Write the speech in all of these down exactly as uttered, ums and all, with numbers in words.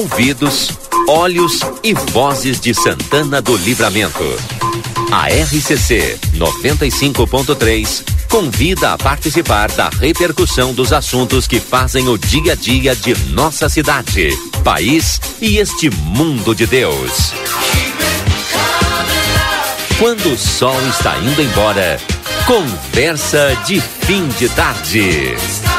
ouvidos, olhos e vozes de Santana do Livramento. A R C C noventa e cinco ponto três convida a participar da repercussão dos assuntos que fazem o dia a dia de nossa cidade, país e este mundo de Deus. Quando o sol está indo embora, conversa de fim de tarde.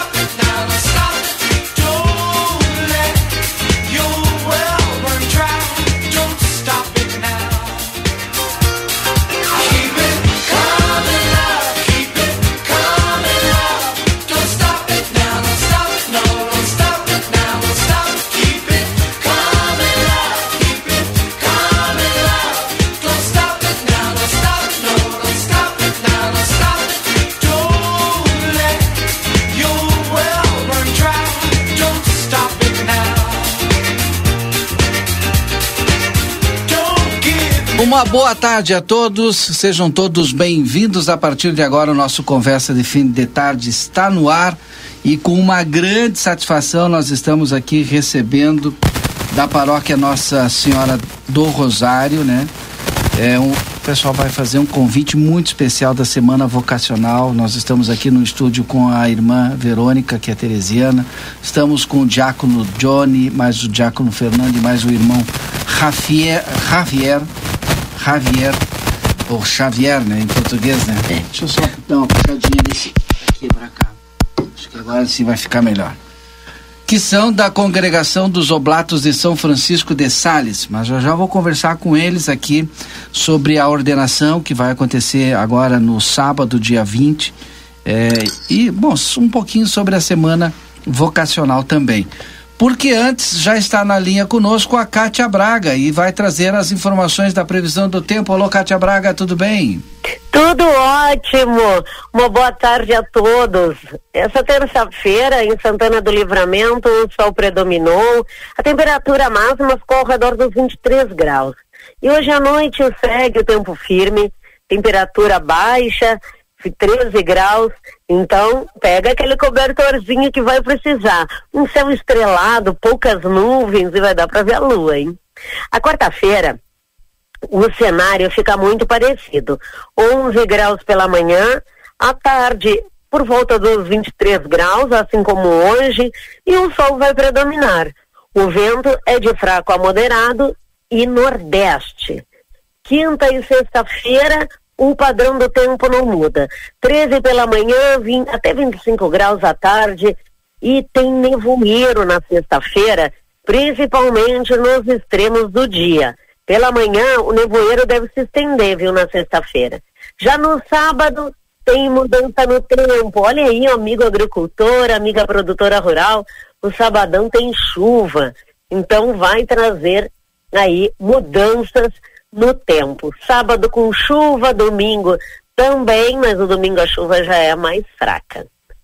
Uma boa tarde a todos, sejam todos bem-vindos. A partir de agora o nosso Conversa de Fim de Tarde está no ar e com uma grande satisfação nós estamos aqui recebendo da paróquia Nossa Senhora do Rosário, né? É um, o pessoal vai fazer um convite muito especial da Semana Vocacional. Nós estamos aqui no estúdio com a irmã Verônica, que é teresiana. Estamos com o diácono Johnny, mais o diácono Fernando e mais o irmão Javier, Javier Javier, ou Xavier, né, em português, né? É. Deixa eu só dar uma puxadinha desse aqui pra cá. Acho que agora sim vai ficar melhor. Que são da congregação dos Oblatos de São Francisco de Sales, mas eu já vou conversar com eles aqui sobre a ordenação que vai acontecer agora no sábado, dia vinte, é, e, bom, um pouquinho sobre a semana vocacional também. Porque antes já está na linha conosco a Kátia Braga e vai trazer as informações da previsão do tempo. Alô, Kátia Braga, tudo bem? Tudo ótimo! Uma boa tarde a todos. Essa terça-feira, em Santana do Livramento, o sol predominou, a temperatura máxima ficou ao redor dos vinte e três graus. E hoje à noite segue o tempo firme, temperatura baixa, treze graus, então pega aquele cobertorzinho que vai precisar. Um céu estrelado, poucas nuvens e vai dar para ver a lua, hein? A quarta-feira, o cenário fica muito parecido. onze graus pela manhã, à tarde por volta dos vinte e três graus, assim como hoje, e o sol vai predominar. O vento é de fraco a moderado e nordeste. Quinta e sexta-feira, o padrão do tempo não muda. treze pela manhã, vinte, até vinte e cinco graus à tarde, e tem nevoeiro na sexta-feira, principalmente nos extremos do dia. Pela manhã, o nevoeiro deve se estender, viu, na sexta-feira. Já no sábado, tem mudança no tempo. Olha aí, amigo agricultor, amiga produtora rural, o sabadão tem chuva. Então vai trazer aí mudanças no tempo. Sábado com chuva, domingo também, mas o domingo a chuva já é mais fraca.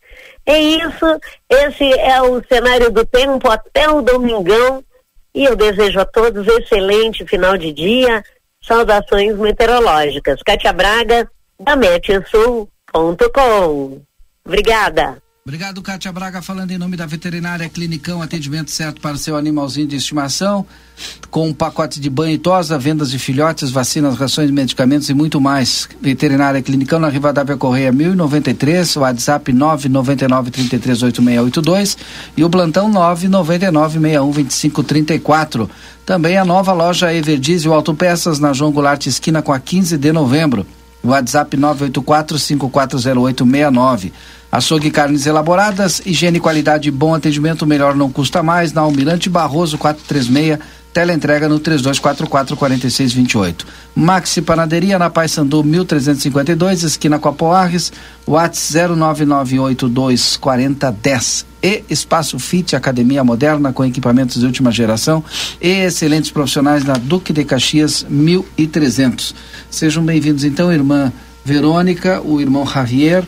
É isso, esse é o cenário do tempo até o domingão, e eu desejo a todos excelente final de dia. Saudações meteorológicas. Kátia Braga, da Metsul ponto com. Obrigada. Obrigado, Kátia Braga, falando em nome da Veterinária Clinicão, atendimento certo para o seu animalzinho de estimação, com um pacote de banho e tosa, vendas de filhotes, vacinas, rações, medicamentos e muito mais. Veterinária Clinicão, na Rivadavia Correia mil e noventa e três, WhatsApp nove nove nove, três três oito, seis oito dois e o plantão nove nove nove, seis um, dois cinco três quatro. Também a nova loja Everdiesel Autopeças, na João Goulart, esquina com a quinze de novembro. WhatsApp nove oito quatro, cinco quatro zero oito, seis nove. Açougue Carnes Elaboradas, higiene, qualidade e bom atendimento, melhor não custa mais, na Almirante Barroso quatrocentos e trinta e seis, teleentrega no três dois quatro quatro, quatro seis dois oito. Maxi Panaderia na Paissandu mil trezentos e cinquenta e dois, esquina com a Poarres, WhatsApp zero nove nove oito dois quatro zero um zero. E Espaço Fit, academia moderna com equipamentos de última geração e excelentes profissionais na Duque de Caxias mil e trezentos. Sejam bem-vindos então, irmã Verônica, o irmão Javier,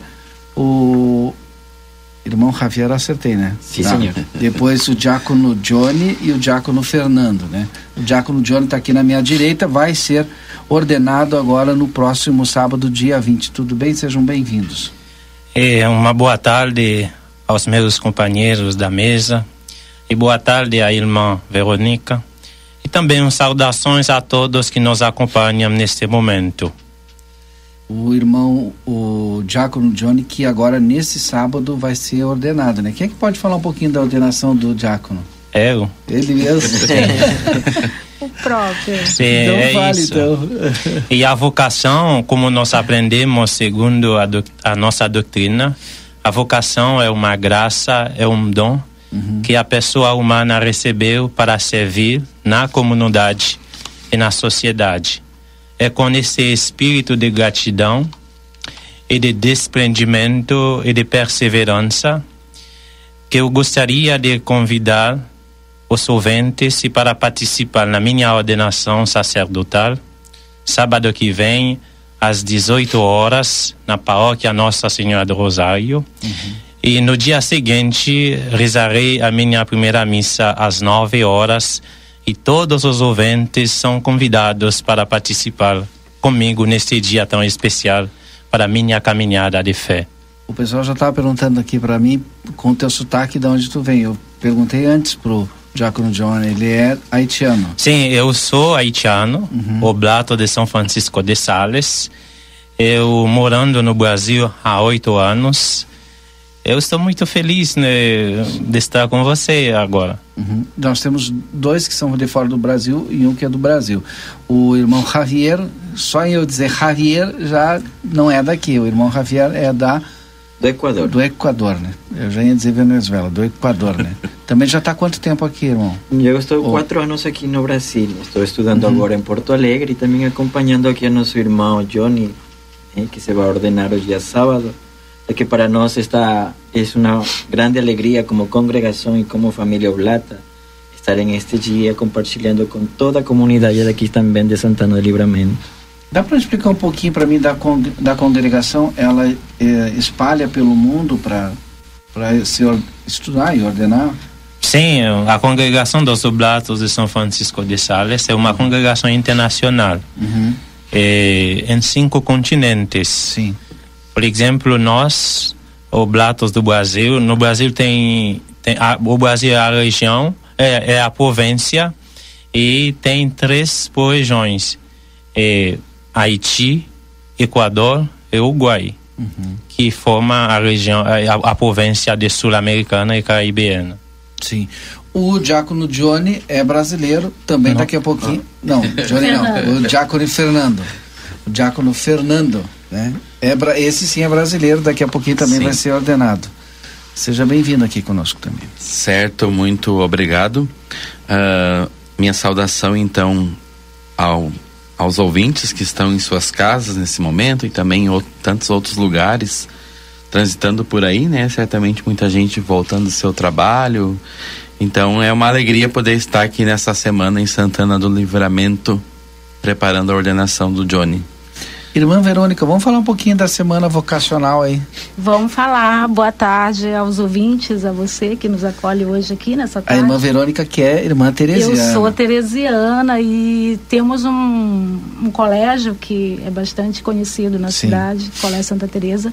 o irmão Javier, acertei, né? Sim, tá. senhor. Depois o diácono Johnny e o diácono Fernando, né? O diácono Johnny está aqui na minha direita, vai ser ordenado agora no próximo sábado, dia vinte. Tudo bem? Sejam bem-vindos. É, uma boa tarde aos meus companheiros da mesa, E boa tarde à irmã Verônica. E também saudações a todos que nos acompanham neste momento. O irmão, o diácono Johnny, que agora nesse sábado vai ser ordenado, né? Quem é que pode falar um pouquinho da ordenação do diácono? Eu? Ele mesmo? O próprio. Sim, então é vale, isso. então. E a vocação, como nós aprendemos segundo a, do, a nossa doutrina, a vocação é uma graça, é um dom uhum. que a pessoa humana recebeu para servir na comunidade e na sociedade. É com esse espírito de gratidão e de desprendimento e de perseverança que eu gostaria de convidar os ouvintes para participar na minha ordenação sacerdotal, sábado que vem, às dezoito horas, na paróquia Nossa Senhora do Rosário. Uhum. E no dia seguinte, rezarei a minha primeira missa às nove horas. E todos os ouvintes são convidados para participar comigo neste dia tão especial para a minha caminhada de fé. O pessoal já estava perguntando aqui para mim, com o teu sotaque, de onde tu vem. Eu perguntei antes pro diácono John, ele é haitiano. Sim, eu sou haitiano, uhum. oblato de São Francisco de Sales. Eu morando no Brasil há oito anos. Eu estou muito feliz, né, de estar com você agora. Uhum. Nós temos dois que são de fora do Brasil e um que é do Brasil. O irmão Javier, só em eu dizer Javier já não é daqui. O irmão Javier é da... Do Equador. Do Equador, né? Eu já ia dizer Venezuela, do Equador, né? Também já está há quanto tempo aqui, irmão? Eu estou oh. quatro anos aqui no Brasil. Estou estudando uhum. agora em Porto Alegre e também acompanhando aqui a nosso irmão Johnny, eh, que se vai ordenar hoje dia sábado. É que para nós esta é uma grande alegria como congregação e como família Oblata estar em este dia compartilhando com toda a comunidade daqui também de Santana do Livramento. Dá para explicar um pouquinho para mim da, con da congregação? Ela é, espalha pelo mundo para se estudar e ordenar? Sim, a congregação dos Oblatos de São Francisco de Sales é uma uhum. congregação internacional uhum. é, em cinco continentes. Sim. Por exemplo, nós, Oblatos do Brasil, no Brasil tem, tem a, o Brasil é a região, é, é a província e tem três regiões, é, Haiti, Equador e Uruguai, uhum. que formam a região, a, a província de Sul-Americana e Caribeana. Sim. O diácono Johnny é brasileiro, também não. Daqui a pouquinho. Não, Johnny não, o diácono Fernando. O diácono Fernando, né? É, esse sim é brasileiro, daqui a pouquinho também sim. vai ser ordenado. Seja bem-vindo aqui conosco também. Certo, muito obrigado. Uh, minha saudação então ao, aos ouvintes que estão em suas casas nesse momento e também em outro, tantos outros lugares transitando por aí, né? Certamente muita gente voltando do seu trabalho. Então é uma alegria poder estar aqui nessa semana em Santana do Livramento preparando a ordenação do Johnny. Irmã Verônica, vamos falar um pouquinho da semana vocacional aí. Vamos falar. Boa tarde aos ouvintes, a você que nos acolhe hoje aqui nessa tarde. A irmã Verônica que é irmã teresiana. Eu sou teresiana e temos um, um colégio que é bastante conhecido na Sim. cidade, Colégio Santa Teresa.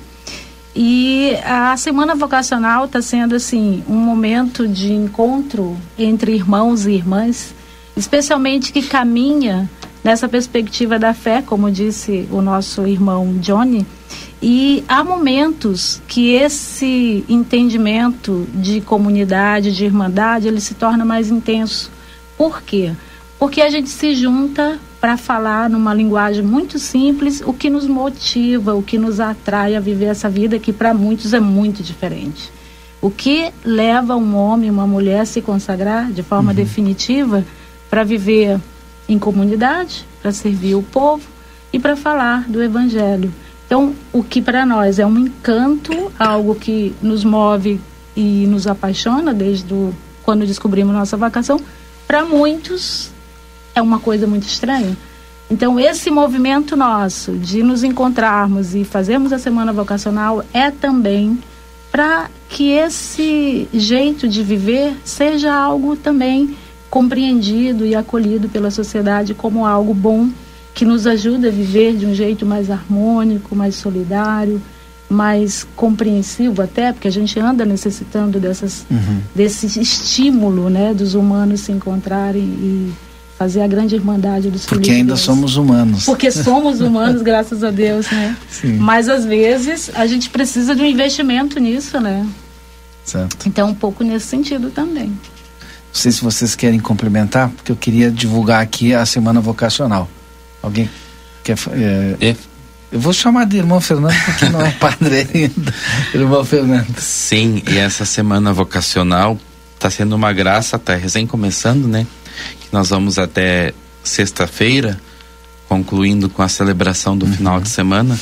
E a semana vocacional está sendo assim um momento de encontro entre irmãos e irmãs, especialmente que caminha nessa perspectiva da fé, como disse o nosso irmão Johnny, e há momentos que esse entendimento de comunidade, de irmandade, ele se torna mais intenso. Por quê? Porque a gente se junta para falar numa linguagem muito simples o que nos motiva, o que nos atrai a viver essa vida que para muitos é muito diferente. O que leva um homem, uma mulher a se consagrar de forma uhum. definitiva para viver em comunidade, para servir o povo e para falar do Evangelho. Então, o que para nós é um encanto, algo que nos move e nos apaixona desde o, quando descobrimos nossa vocação, para muitos é uma coisa muito estranha. Então, esse movimento nosso de nos encontrarmos e fazermos a semana vocacional é também para que esse jeito de viver seja algo também compreendido e acolhido pela sociedade como algo bom, que nos ajuda a viver de um jeito mais harmônico, mais solidário, mais compreensivo até, porque a gente anda necessitando dessas, uhum. desse estímulo, né, dos humanos se encontrarem e fazer a grande irmandade dos filhos. Porque ainda somos humanos. Porque somos humanos, graças a Deus, né? Sim. Mas às vezes a gente precisa de um investimento nisso, né? Certo. Então um pouco nesse sentido também. Não sei se vocês querem complementar, porque eu queria divulgar aqui a Semana Vocacional. Alguém quer... É... É. Eu vou chamar de irmão Fernando porque não é padre ainda. Irmão Fernando. Sim, e essa Semana Vocacional está sendo uma graça, está recém começando, né? Nós vamos até sexta-feira, concluindo com a celebração do uhum. final de semana,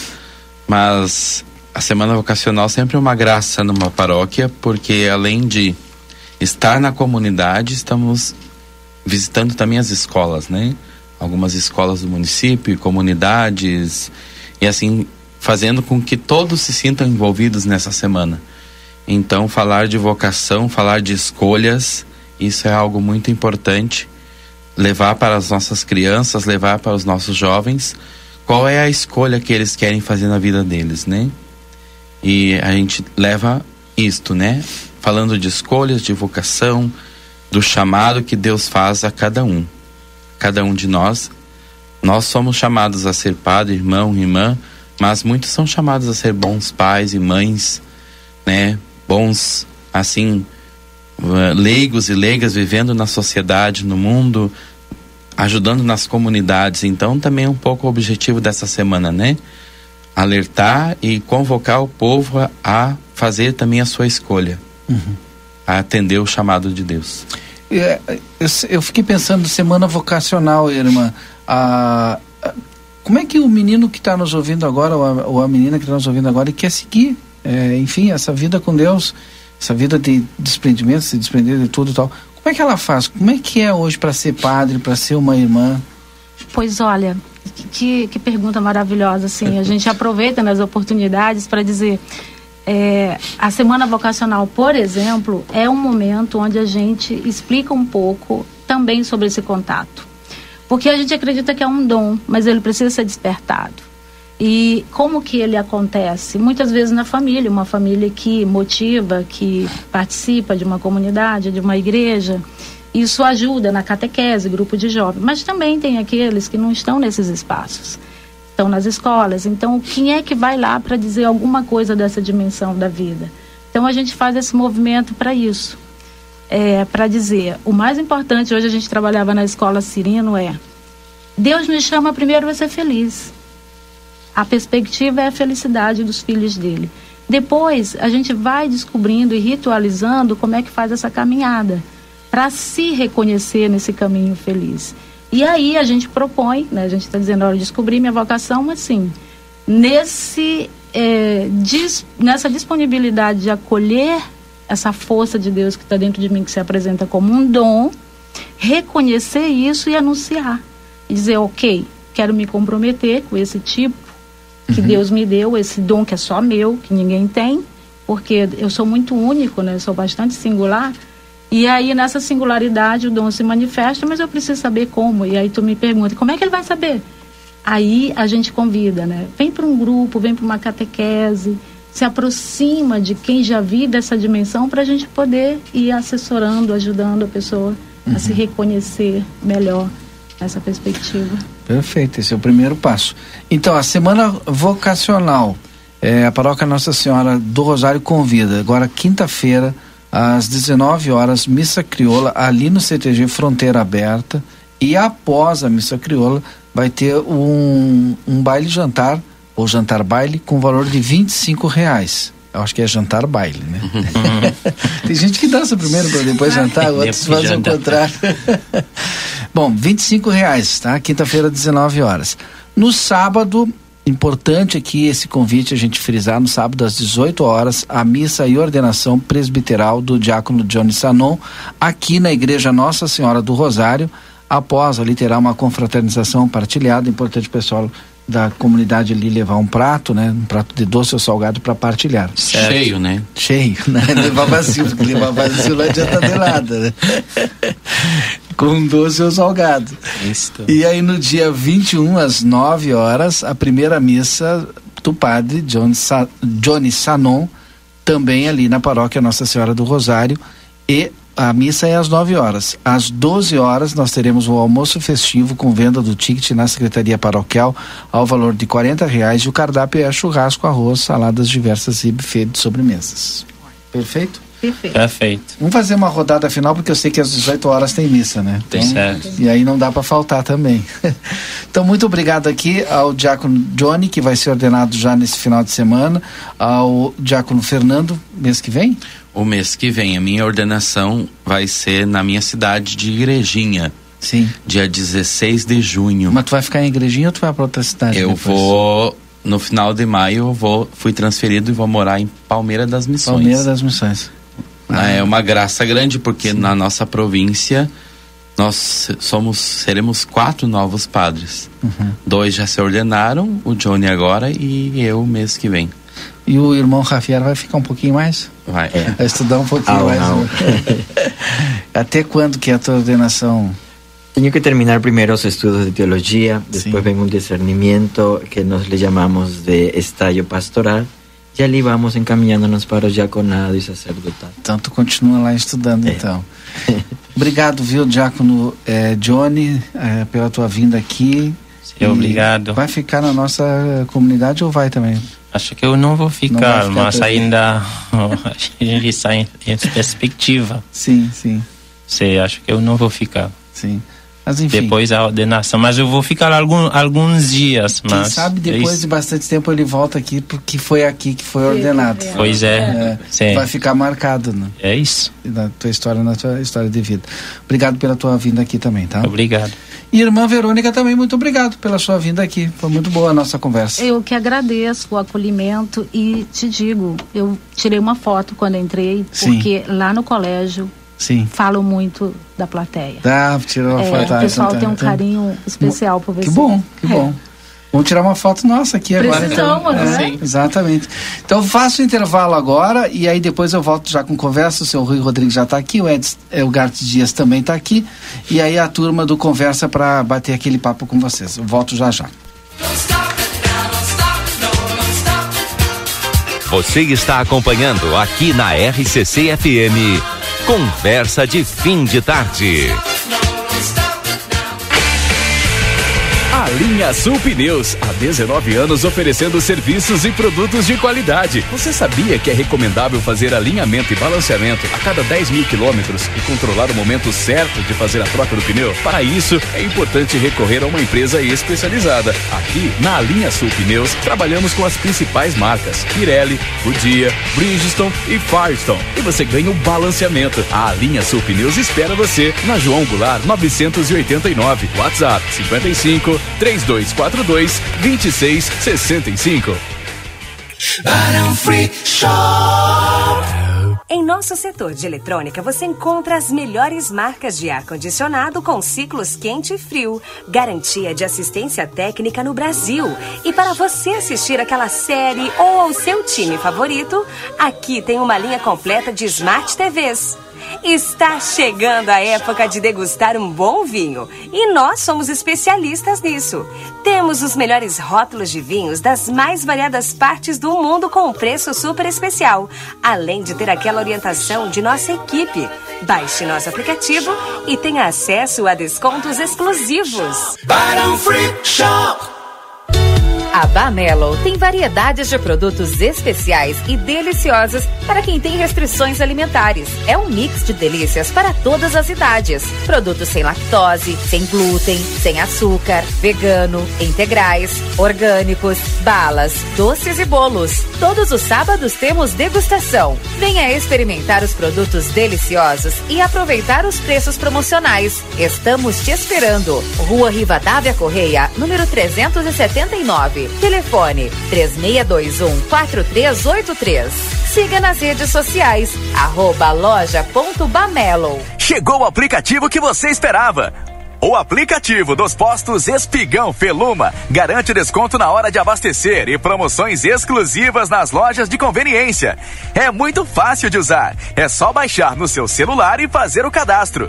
mas a Semana Vocacional sempre é uma graça numa paróquia, porque além de estar na comunidade, estamos visitando também as escolas, né? Algumas escolas do município, comunidades, e assim fazendo com que todos se sintam envolvidos nessa semana. Então, falar de vocação, falar de escolhas, isso é algo muito importante. Levar para as nossas crianças, levar para os nossos jovens qual é a escolha que eles querem fazer na vida deles, né? E a gente leva isto, né? Falando de escolhas, de vocação, do chamado que Deus faz a cada um. Cada um de nós. Nós somos chamados a ser padre, irmão, irmã, mas muitos são chamados a ser bons pais e mães, né? Bons, assim, leigos e leigas vivendo na sociedade, no mundo, ajudando nas comunidades. Então também é um pouco o objetivo dessa semana, né? Alertar e convocar o povo a, a fazer também a sua escolha, uhum. a atender o chamado de Deus. Eu, eu, eu fiquei pensando, semana vocacional, irmã, a, a, como é que o menino que está nos ouvindo agora, ou a, ou a menina que está nos ouvindo agora, e quer seguir, é, enfim, essa vida com Deus, essa vida de desprendimento, se desprender de tudo e tal, como é que ela faz? Como é que é hoje para ser padre, para ser uma irmã? Pois olha, que, que pergunta maravilhosa, assim, a gente aproveita nas oportunidades para dizer, é, a Semana Vocacional, por exemplo, é um momento onde a gente explica um pouco também sobre esse contato, porque a gente acredita que é um dom, mas ele precisa ser despertado. E como que ele acontece? Muitas vezes na família, uma família que motiva, que participa de uma comunidade, de uma igreja. Isso ajuda na catequese, grupo de jovens. Mas também tem aqueles que não estão nesses espaços, estão nas escolas. Então, quem é que vai lá para dizer alguma coisa dessa dimensão da vida? Então, a gente faz esse movimento para isso. É, para dizer, o mais importante, hoje a gente trabalhava na escola Cirino, é Deus nos chama primeiro a ser feliz. A perspectiva é a felicidade dos filhos dele. Depois, a gente vai descobrindo e ritualizando como é que faz essa caminhada, para se reconhecer nesse caminho feliz. E aí a gente propõe, né, a gente está dizendo, olha, eu descobri minha vocação, assim, nesse, é, dis, nessa disponibilidade de acolher essa força de Deus que está dentro de mim, que se apresenta como um dom, reconhecer isso e anunciar. E dizer, ok, quero me comprometer com esse tipo que uhum. Deus me deu, esse dom que é só meu, que ninguém tem, porque eu sou muito único, né? Eu sou bastante singular. E aí, nessa singularidade, o dom se manifesta, mas eu preciso saber como. E aí tu me pergunta, como é que ele vai saber? Aí a gente convida, né? Vem para um grupo, vem para uma catequese, se aproxima de quem já vive essa dimensão para a gente poder ir assessorando, ajudando a pessoa uhum. a se reconhecer melhor nessa perspectiva. Perfeito, esse é o primeiro passo. Então, a Semana Vocacional, é, a Paróquia Nossa Senhora do Rosário convida, agora quinta-feira, às dezenove horas, missa crioula ali no C T G Fronteira Aberta, e após a missa crioula vai ter um, um baile jantar, ou jantar baile, com valor de vinte e cinco reais. Eu acho que é jantar baile, né? Tem gente que dança primeiro para depois jantar, outros fazem o contrário. Bom, vinte e cinco reais, tá? Quinta-feira, dezenove horas. No sábado, importante aqui esse convite, a gente frisar, no sábado às dezoito horas, a missa e ordenação presbiteral do diácono Johnny Sanon, aqui na Igreja Nossa Senhora do Rosário. Após ali terá uma confraternização partilhada, importante o pessoal da comunidade ali levar um prato, né? Um prato de doce ou salgado para partilhar. Certo. Cheio, né? Cheio, né? Levar vazio, porque levar vazio não adianta de nada, né? Com doce ou salgado. Isso. E aí no dia vinte e um, às nove horas, a primeira missa do padre Johnny, Sa- Johnny Sanon, também ali na paróquia Nossa Senhora do Rosário, e a missa é às nove horas. Às doze horas nós teremos o almoço festivo com venda do ticket na Secretaria Paroquial ao valor de quarenta reais, e o cardápio é churrasco, arroz, saladas diversas e buffet de sobremesas. Perfeito? Perfeito. Perfeito. Vamos fazer uma rodada final, porque eu sei que às dezoito horas tem missa, né? Tem então, certo. E aí não dá para faltar também. Então, muito obrigado aqui ao diácono Johnny, que vai ser ordenado já nesse final de semana, ao diácono Fernando, mês que vem? O mês que vem, a minha ordenação vai ser na minha cidade de Igrejinha. Sim. Dia dezesseis de junho. Mas tu vai ficar em Igrejinha ou tu vai para outra cidade? Eu depois? vou, no final de maio, eu vou, fui transferido e vou morar em Palmeira das Missões. Palmeira das Missões. Ah, é uma graça grande, porque sim, na nossa província nós somos, seremos quatro novos padres. Uhum. Dois já se ordenaram, o Johnny agora e eu mês que vem. E o irmão Rafael vai ficar um pouquinho mais? Vai. É. Vai estudar um pouquinho ah, mais. Não. Até quando que é a tua ordenação? Tenho que terminar primeiro os estudos de teologia, depois vem um discernimento que nós le chamamos de estágio pastoral, e ali vamos encaminhando-nos para o diaconado e sacerdotado. Então tu continua lá estudando, é. Então. Obrigado, viu, diácono eh, Johnny, eh, pela tua vinda aqui. Sim, obrigado. Vai ficar na nossa comunidade ou vai também? Acho que eu não vou ficar, não vai ficar mas também. Ainda a gente está em, em perspectiva. Sim, sim. Sim, acho que eu não vou ficar. Sim. Mas enfim. Depois da ordenação, mas eu vou ficar algum, alguns dias. Mas quem sabe depois é de bastante tempo ele volta aqui, porque foi aqui que foi ordenado. Pois é. é vai ficar marcado, né? É isso. Na tua história, na tua história de vida. Obrigado pela tua vinda aqui também, tá? Obrigado. E irmã Verônica também, muito obrigado pela sua vinda aqui. Foi muito boa a nossa conversa. Eu que agradeço o acolhimento e te digo, eu tirei uma foto quando entrei, porque sim, lá no colégio sim, falam muito da plateia. Dá, tirou uma é, foto. O pessoal tem um carinho especial por você. Que bom, que bom. É. Vamos tirar uma foto nossa aqui agora. Precisamos, então. né? É, exatamente. Então faço o intervalo agora e aí depois eu volto já com conversa. O seu Rui Rodrigues já está aqui, o Edson Elgarte Dias também está aqui. E aí a turma do Conversa para bater aquele papo com vocês. Eu volto já já. Você está acompanhando aqui na R C C F M Conversa de Fim de Tarde. A Linha Sul Pneus, há dezenove anos oferecendo serviços e produtos de qualidade. Você sabia que é recomendável fazer alinhamento e balanceamento a cada dez mil quilômetros e controlar o momento certo de fazer a troca do pneu? Para isso, é importante recorrer a uma empresa especializada. Aqui, na Linha Sul Pneus, trabalhamos com as principais marcas Pirelli, Goodyear, Bridgestone e Firestone. E você ganha o balanceamento. A Linha Sul Pneus espera você na João Goulart novecentos e oitenta e nove. WhatsApp cinquenta e cinco, três dois quatro dois, dois seis seis cinco. Barão Free Shop. Em nosso setor de eletrônica, você encontra as melhores marcas de ar-condicionado com ciclos quente e frio, garantia de assistência técnica no Brasil. E para você assistir aquela série ou ao seu time favorito, aqui tem uma linha completa de Smart T Vs. Está chegando a época de degustar um bom vinho e nós somos especialistas nisso. Temos os melhores rótulos de vinhos das mais variadas partes do mundo com um preço super especial, além de ter aquela orientação de nossa equipe. Baixe nosso aplicativo e tenha acesso a descontos exclusivos. Barão Free Shop. A Bamelo tem variedades de produtos especiais e deliciosos para quem tem restrições alimentares. É um mix de delícias para todas as idades. Produtos sem lactose, sem glúten, sem açúcar, vegano, integrais, orgânicos, balas, doces e bolos. Todos os sábados temos degustação. Venha experimentar os produtos deliciosos e aproveitar os preços promocionais. Estamos te esperando. Rua Rivadavia Correia, número trezentos e setenta e nove. Telefone três seis dois um, quatro três oito três. Siga nas redes sociais, arroba loja ponto bamelo. Chegou o aplicativo que você esperava. O aplicativo dos postos Espigão Feluma garante desconto na hora de abastecer e promoções exclusivas nas lojas de conveniência. É muito fácil de usar. É só baixar no seu celular e fazer o cadastro.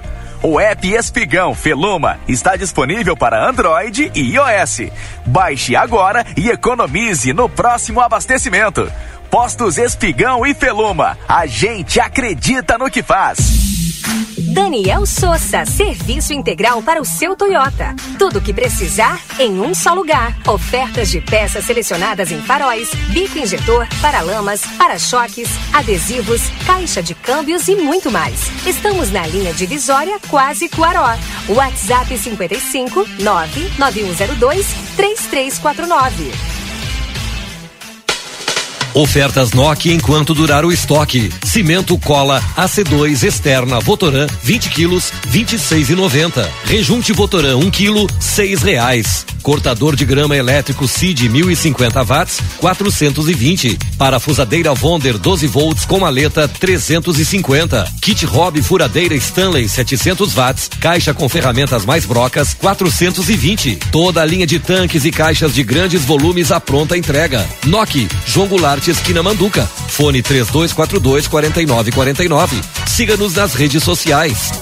O app Espigão Feluma está disponível para Android e iOS. Baixe agora e economize no próximo abastecimento. Postos Espigão e Feluma. A gente acredita no que faz. Daniel Souza, serviço integral para o seu Toyota. Tudo o que precisar em um só lugar. Ofertas de peças selecionadas em faróis, bico injetor, paralamas, para-choques, adesivos, caixa de câmbios e muito mais. Estamos na linha divisória Quase Cuaró. WhatsApp cinco cinco nove nove um zero dois três três quatro nove. Ofertas Nokia enquanto durar o estoque. Cimento cola A C dois externa Votoran vinte quilos, vinte e seis e noventa. Rejunte Votoran um quilo, seis reais. Cortador de grama elétrico C I D mil e cinquenta watts, quatrocentos e vinte. Parafusadeira Wonder doze volts com maleta trezentos e cinquenta. Kit Hobby furadeira Stanley setecentos watts, caixa com ferramentas mais brocas, quatrocentos e vinte. Toda a linha de tanques e caixas de grandes volumes à pronta entrega. Nokia, João Goulart, esquina Manduca. Fone três dois quatro dois, quatro nove quatro nove. Siga-nos nas redes sociais.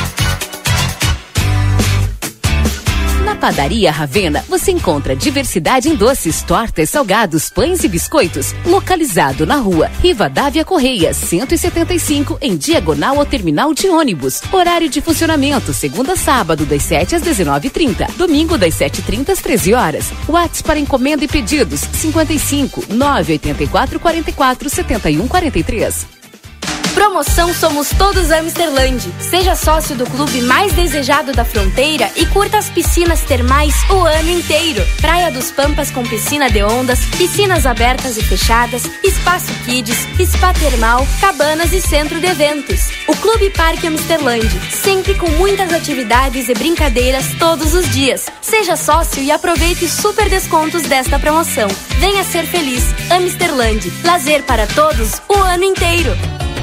Na Padaria Ravena, você encontra diversidade em doces, tortas, salgados, pães e biscoitos. Localizado na rua Rivadavia Correia, cento e setenta e cinco, em diagonal ao terminal de ônibus. Horário de funcionamento, segunda a sábado, das sete às dezenove e trinta. Domingo, das sete e trinta às treze horas. WhatsApp para encomenda e pedidos, cinquenta e cinco, nove oito quatro, quatro quatro, sete um quatro três. Promoção Somos Todos Amsterland. Seja sócio do clube mais desejado da fronteira e curta as piscinas termais o ano inteiro. Praia dos Pampas com piscina de ondas, piscinas abertas e fechadas, espaço kids, spa termal, cabanas e centro de eventos. O Clube Parque Amsterland, sempre com muitas atividades e brincadeiras todos os dias. Seja sócio e aproveite os super descontos desta promoção. Venha ser feliz. Amsterland, lazer para todos o ano inteiro.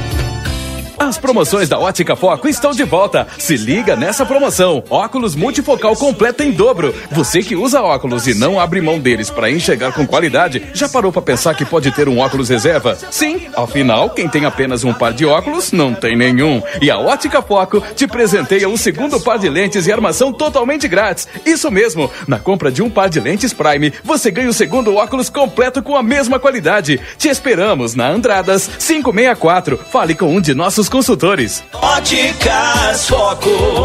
As promoções da Ótica Foco estão de volta. Se liga nessa promoção. Óculos multifocal completo em dobro. Você que usa óculos e não abre mão deles para enxergar com qualidade, já parou para pensar que pode ter um óculos reserva? Sim, afinal, quem tem apenas um par de óculos, não tem nenhum. E a Ótica Foco te presenteia um segundo par de lentes e armação totalmente grátis. Isso mesmo, na compra de um par de lentes Prime, você ganha o segundo óculos completo com a mesma qualidade. Te esperamos na Andradas quinhentos e sessenta e quatro. Fale com um de nossos consultores. Óticas Foco.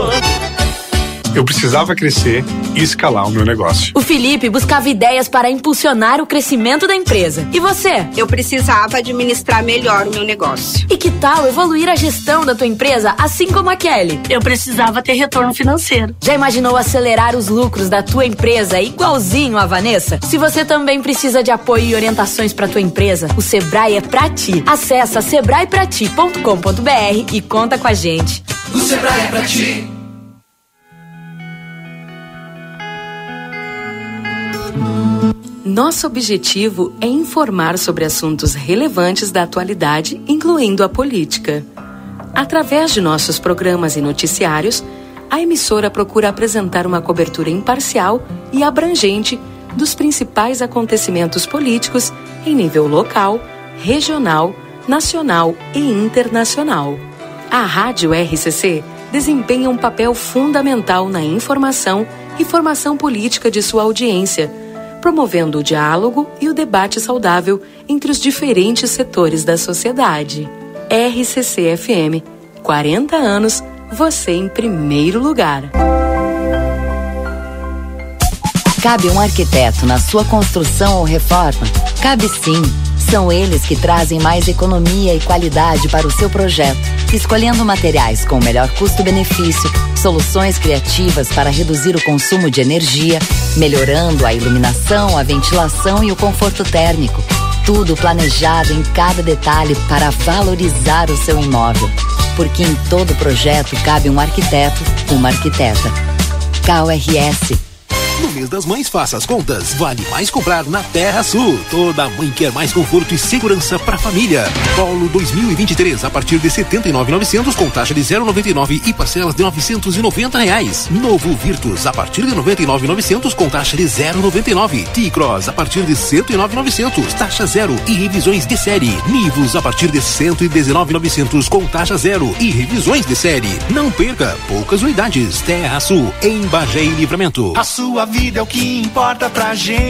Eu precisava crescer e escalar o meu negócio. O Felipe buscava ideias para impulsionar o crescimento da empresa. E você? Eu precisava administrar melhor o meu negócio. E que tal evoluir a gestão da tua empresa, assim como a Kelly? Eu precisava ter retorno financeiro. Já imaginou acelerar os lucros da tua empresa igualzinho a Vanessa? Se você também precisa de apoio e orientações para tua empresa, o Sebrae é pra ti. Acesse sebrae pra ti ponto com ponto b r e conta com a gente. O Sebrae é pra ti. Nosso objetivo é informar sobre assuntos relevantes da atualidade, incluindo a política. Através de nossos programas e noticiários, a emissora procura apresentar uma cobertura imparcial e abrangente dos principais acontecimentos políticos em nível local, regional, nacional e internacional. A Rádio R C C desempenha um papel fundamental na informação e formação política de sua audiência, promovendo o diálogo e o debate saudável entre os diferentes setores da sociedade. R C C F M, quarenta anos, você em primeiro lugar. Cabe um arquiteto na sua construção ou reforma? Cabe sim. São eles que trazem mais economia e qualidade para o seu projeto, escolhendo materiais com o melhor custo-benefício, soluções criativas para reduzir o consumo de energia, melhorando a iluminação, a ventilação e o conforto térmico. Tudo planejado em cada detalhe para valorizar o seu imóvel. Porque em todo projeto cabe um arquiteto, uma arquiteta. K O R S. No mês das mães, faça as contas. Vale mais comprar na Terra Sul. Toda mãe quer mais conforto e segurança para a família. Polo dois mil e vinte e três a partir de setenta e nove mil e novecentos com taxa de zero vírgula noventa e nove e parcelas de novecentos e noventa reais. Novo Virtus a partir de noventa e nove mil e novecentos com taxa de zero vírgula noventa e nove. T-Cross a partir de cento e nove mil e novecentos, taxa zero e revisões de série. Nivus a partir de cento e dezenove mil e novecentos com taxa zero e revisões de série. Não perca, poucas unidades. Terra Sul, em Bagé e Livramento. A sua vida é o que importa pra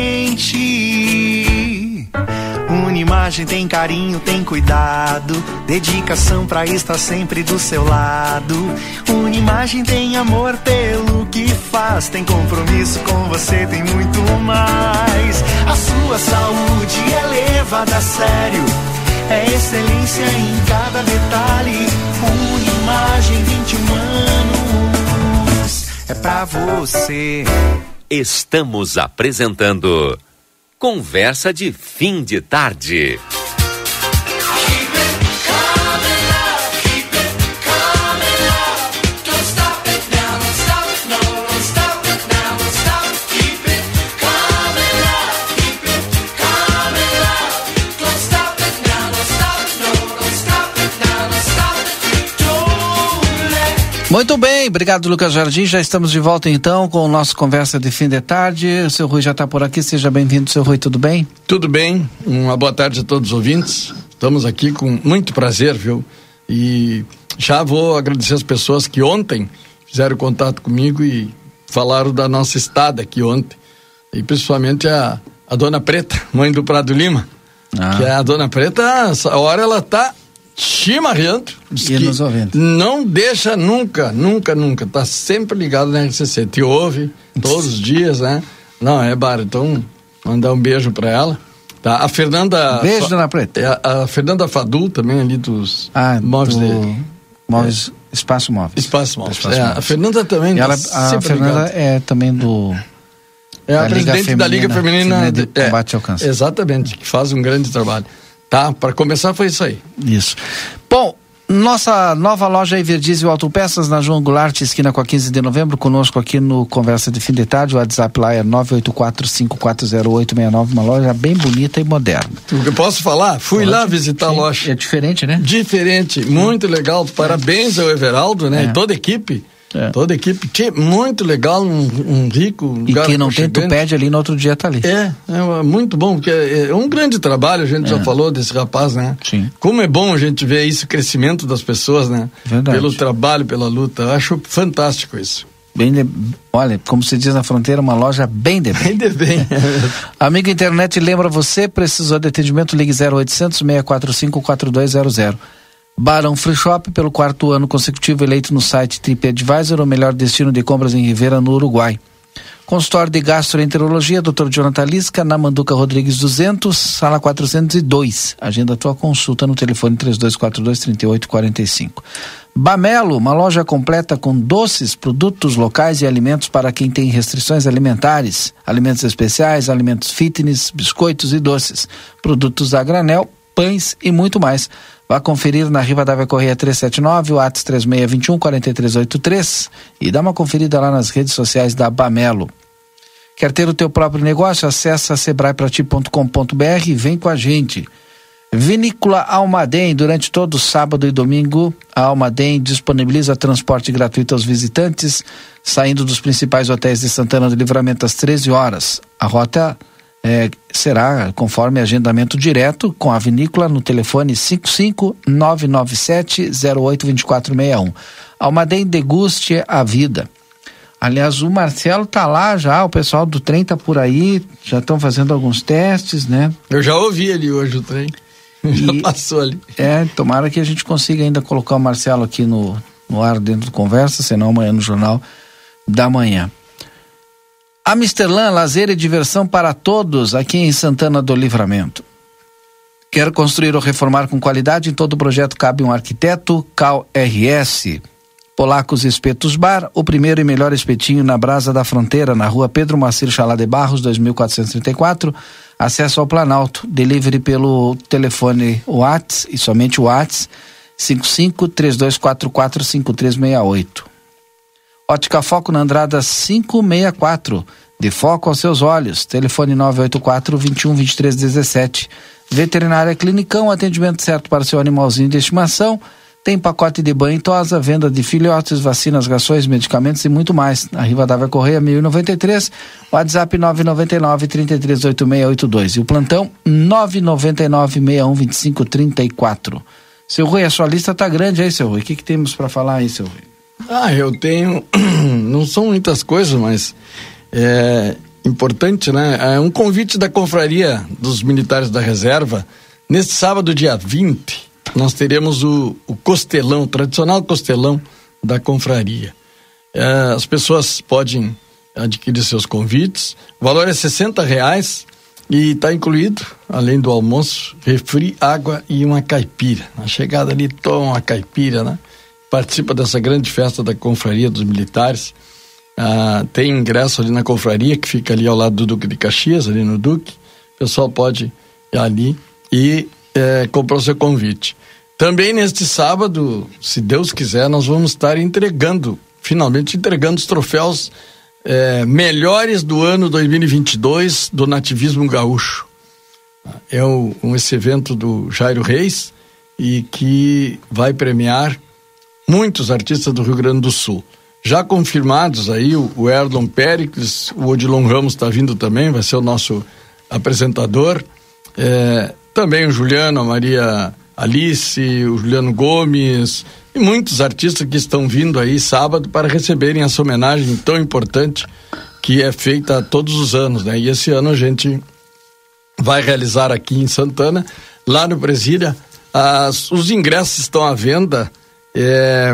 gente. Unimagem tem carinho, tem cuidado, dedicação pra estar sempre do seu lado. Unimagem tem amor pelo que faz, tem compromisso com você, tem muito mais. A sua saúde é levada a sério, é excelência em cada detalhe. Unimagem vinte e um anos, é pra você. Estamos apresentando Conversa de Fim de Tarde. Muito bem, obrigado Lucas Jardim, já estamos de volta então com o nosso Conversa de Fim de Tarde. O seu Rui já está por aqui, seja bem-vindo, seu Rui, tudo bem? Tudo bem, uma boa tarde a todos os ouvintes, estamos aqui com muito prazer, viu? E já vou agradecer as pessoas que ontem fizeram contato comigo e falaram da nossa estada aqui ontem, e principalmente a, a Dona Preta, mãe do Prado Lima, ah. que é a Dona Preta, essa hora ela tá chimarreando, e nos ouvindo. Não deixa nunca, nunca, nunca, tá sempre ligado na R C C, te ouve todos os dias, né? Não, é bar, então mandar um beijo pra ela, tá? A Fernanda... Beijo, Fa... Dona Preta. A, a Fernanda Fadu também ali dos ah, móveis do... de... móveis, é. Espaço Móveis. Espaço Móveis, Espaço é, móveis. A Fernanda também ela, tá a Fernanda ligado. É também do... É a presidente Feminina, da Liga Feminina, Feminina de Combate ao Câncer. Exatamente, que faz um grande trabalho. Tá, para começar foi isso aí. Isso. Bom, nossa nova loja Everdiesel Autopeças na João Goulart, esquina com a quinze de novembro, conosco aqui no Conversa de Fim de Tarde. O WhatsApp lá é nove oito quatro cinco quatro zero oito seis nove, uma loja bem bonita e moderna. Eu posso falar? Fui Pode? lá visitar Sim, a loja. É diferente, né? Diferente, muito legal. Parabéns ao Everaldo, né? É. E toda a equipe. É. Toda a equipe, que muito legal, um, um rico e quem não tem, tu pede ali, no outro dia tá ali. É, é muito bom, porque é, é um grande trabalho, a gente é. já falou desse rapaz, né? Sim. Como é bom a gente ver isso, o crescimento das pessoas, né? Verdade. Pelo trabalho, pela luta, eu acho fantástico isso. Bem de, olha, como se diz na fronteira, uma loja bem de bem. Bem de bem. Amigo internet, lembra você, precisou de atendimento, ligue zero oitocentos, seis quatro cinco, quatro dois zero zero. Barão Free Shop, pelo quarto ano consecutivo eleito no site TripAdvisor, o melhor destino de compras em Rivera, no Uruguai. Consultório de Gastroenterologia, doutor Jonathan Lisca, na Manduca Rodrigues duzentos, sala quatrocentos e dois. Agenda a tua consulta no telefone três dois quatro dois, três oito quatro cinco. Bamelo, uma loja completa com doces, produtos locais e alimentos para quem tem restrições alimentares. Alimentos especiais, alimentos fitness, biscoitos e doces. Produtos a granel, pães e muito mais. Vá conferir na Rivadavia Correia trezentos e setenta e nove, o WhatsApp três seis dois um, quatro três oito três e dá uma conferida lá nas redes sociais da Bamelo. Quer ter o teu próprio negócio? Acesse sebrae pra ti ponto com ponto b r e vem com a gente. Vinícola Almaden, durante todo sábado e domingo, a Almaden disponibiliza transporte gratuito aos visitantes, saindo dos principais hotéis de Santana do Livramento às treze horas. A rota É, será conforme agendamento direto com a vinícola no telefone cinco cinco nove nove sete zero oito dois quatro seis um. Almaden, deguste a vida. Aliás, o Marcelo tá lá já, o pessoal do trem tá por aí, já estão fazendo alguns testes, né? Eu já ouvi ali hoje o trem, e, já passou ali. É, tomara que a gente consiga ainda colocar o Marcelo aqui no, no ar dentro do Conversa, senão amanhã no Jornal da Manhã. Amsterlan, lazer e diversão para todos aqui em Santana do Livramento. Quer construir ou reformar com qualidade? Em todo projeto cabe um arquiteto. Cal R S. Polacos Espetos Bar, o primeiro e melhor espetinho na Brasa da Fronteira, na rua Pedro Macir Chalá de Barros, dois mil quatrocentos e trinta e quatro. Acesso ao Planalto. Delivery pelo telefone WhatsApp e somente o WhatsApp cinco cinco três dois quatro quatro cinco três seis oito. Ótica Foco na Andrada quinhentos e sessenta e quatro. Dê foco aos seus olhos. Telefone nove oito quatro, vinte e um, vinte e três, dezessete. Veterinária Clinicão, atendimento certo para o seu animalzinho de estimação. Tem pacote de banho e tosa, venda de filhotes, vacinas, rações, medicamentos e muito mais. Na Rivadavia Correia, mil e noventa e três, WhatsApp nove nove nove, três três oito seis oito dois. E o plantão nove nove nove, seis um, dois cinco, três quatro. Seu Rui, a sua lista tá grande aí, seu Rui. O que que temos para falar aí, seu Rui? Ah, eu tenho... Não são muitas coisas, mas é importante, né? É um convite da Confraria dos Militares da Reserva. Neste sábado, dia vinte... nós teremos o, o costelão, o tradicional costelão da confraria. É, as pessoas podem adquirir seus convites, o valor é sessenta reais e está incluído, além do almoço, refri, água e uma caipira. Na chegada ali, toma uma caipira, né? Participa dessa grande festa da confraria dos militares. Ah, tem ingresso ali na confraria, que fica ali ao lado do Duque de Caxias, ali no Duque. O pessoal pode ir ali e É, comprou seu convite. Também neste sábado, se Deus quiser, nós vamos estar entregando, finalmente entregando os troféus é, melhores do ano dois mil e vinte e dois do nativismo gaúcho. É o, um, esse evento do Jairo Reis e que vai premiar muitos artistas do Rio Grande do Sul. Já confirmados aí, o, o Erlon Péricles, o Odilon Ramos está vindo também, vai ser o nosso apresentador. É, também o Juliano, a Maria Alice, o Juliano Gomes e muitos artistas que estão vindo aí sábado para receberem essa homenagem tão importante que é feita todos os anos, né? E esse ano a gente vai realizar aqui em Santana, lá no Presília. As, os ingressos estão à venda, é,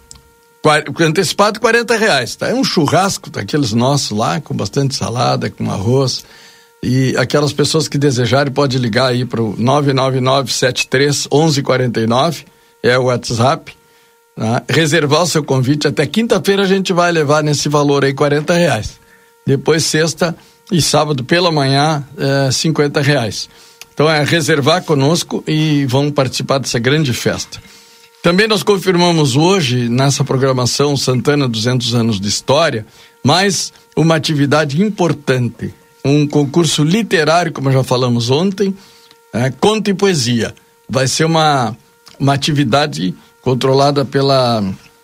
antecipado quarenta reais, tá? É um churrasco daqueles nossos lá, com bastante salada, com arroz. E aquelas pessoas que desejarem podem ligar aí para o nove nove nove, sete três, um um quatro nove, é o WhatsApp, né? Reservar o seu convite. Até quinta-feira a gente vai levar nesse valor aí quarenta reais. Depois sexta e sábado pela manhã é, cinquenta reais. Então é reservar conosco e vão participar dessa grande festa. Também nós confirmamos hoje nessa programação Santana duzentos anos de História, mais uma atividade importante. Um concurso literário, como já falamos ontem, é, conto e poesia. Vai ser uma, uma atividade controlada pela,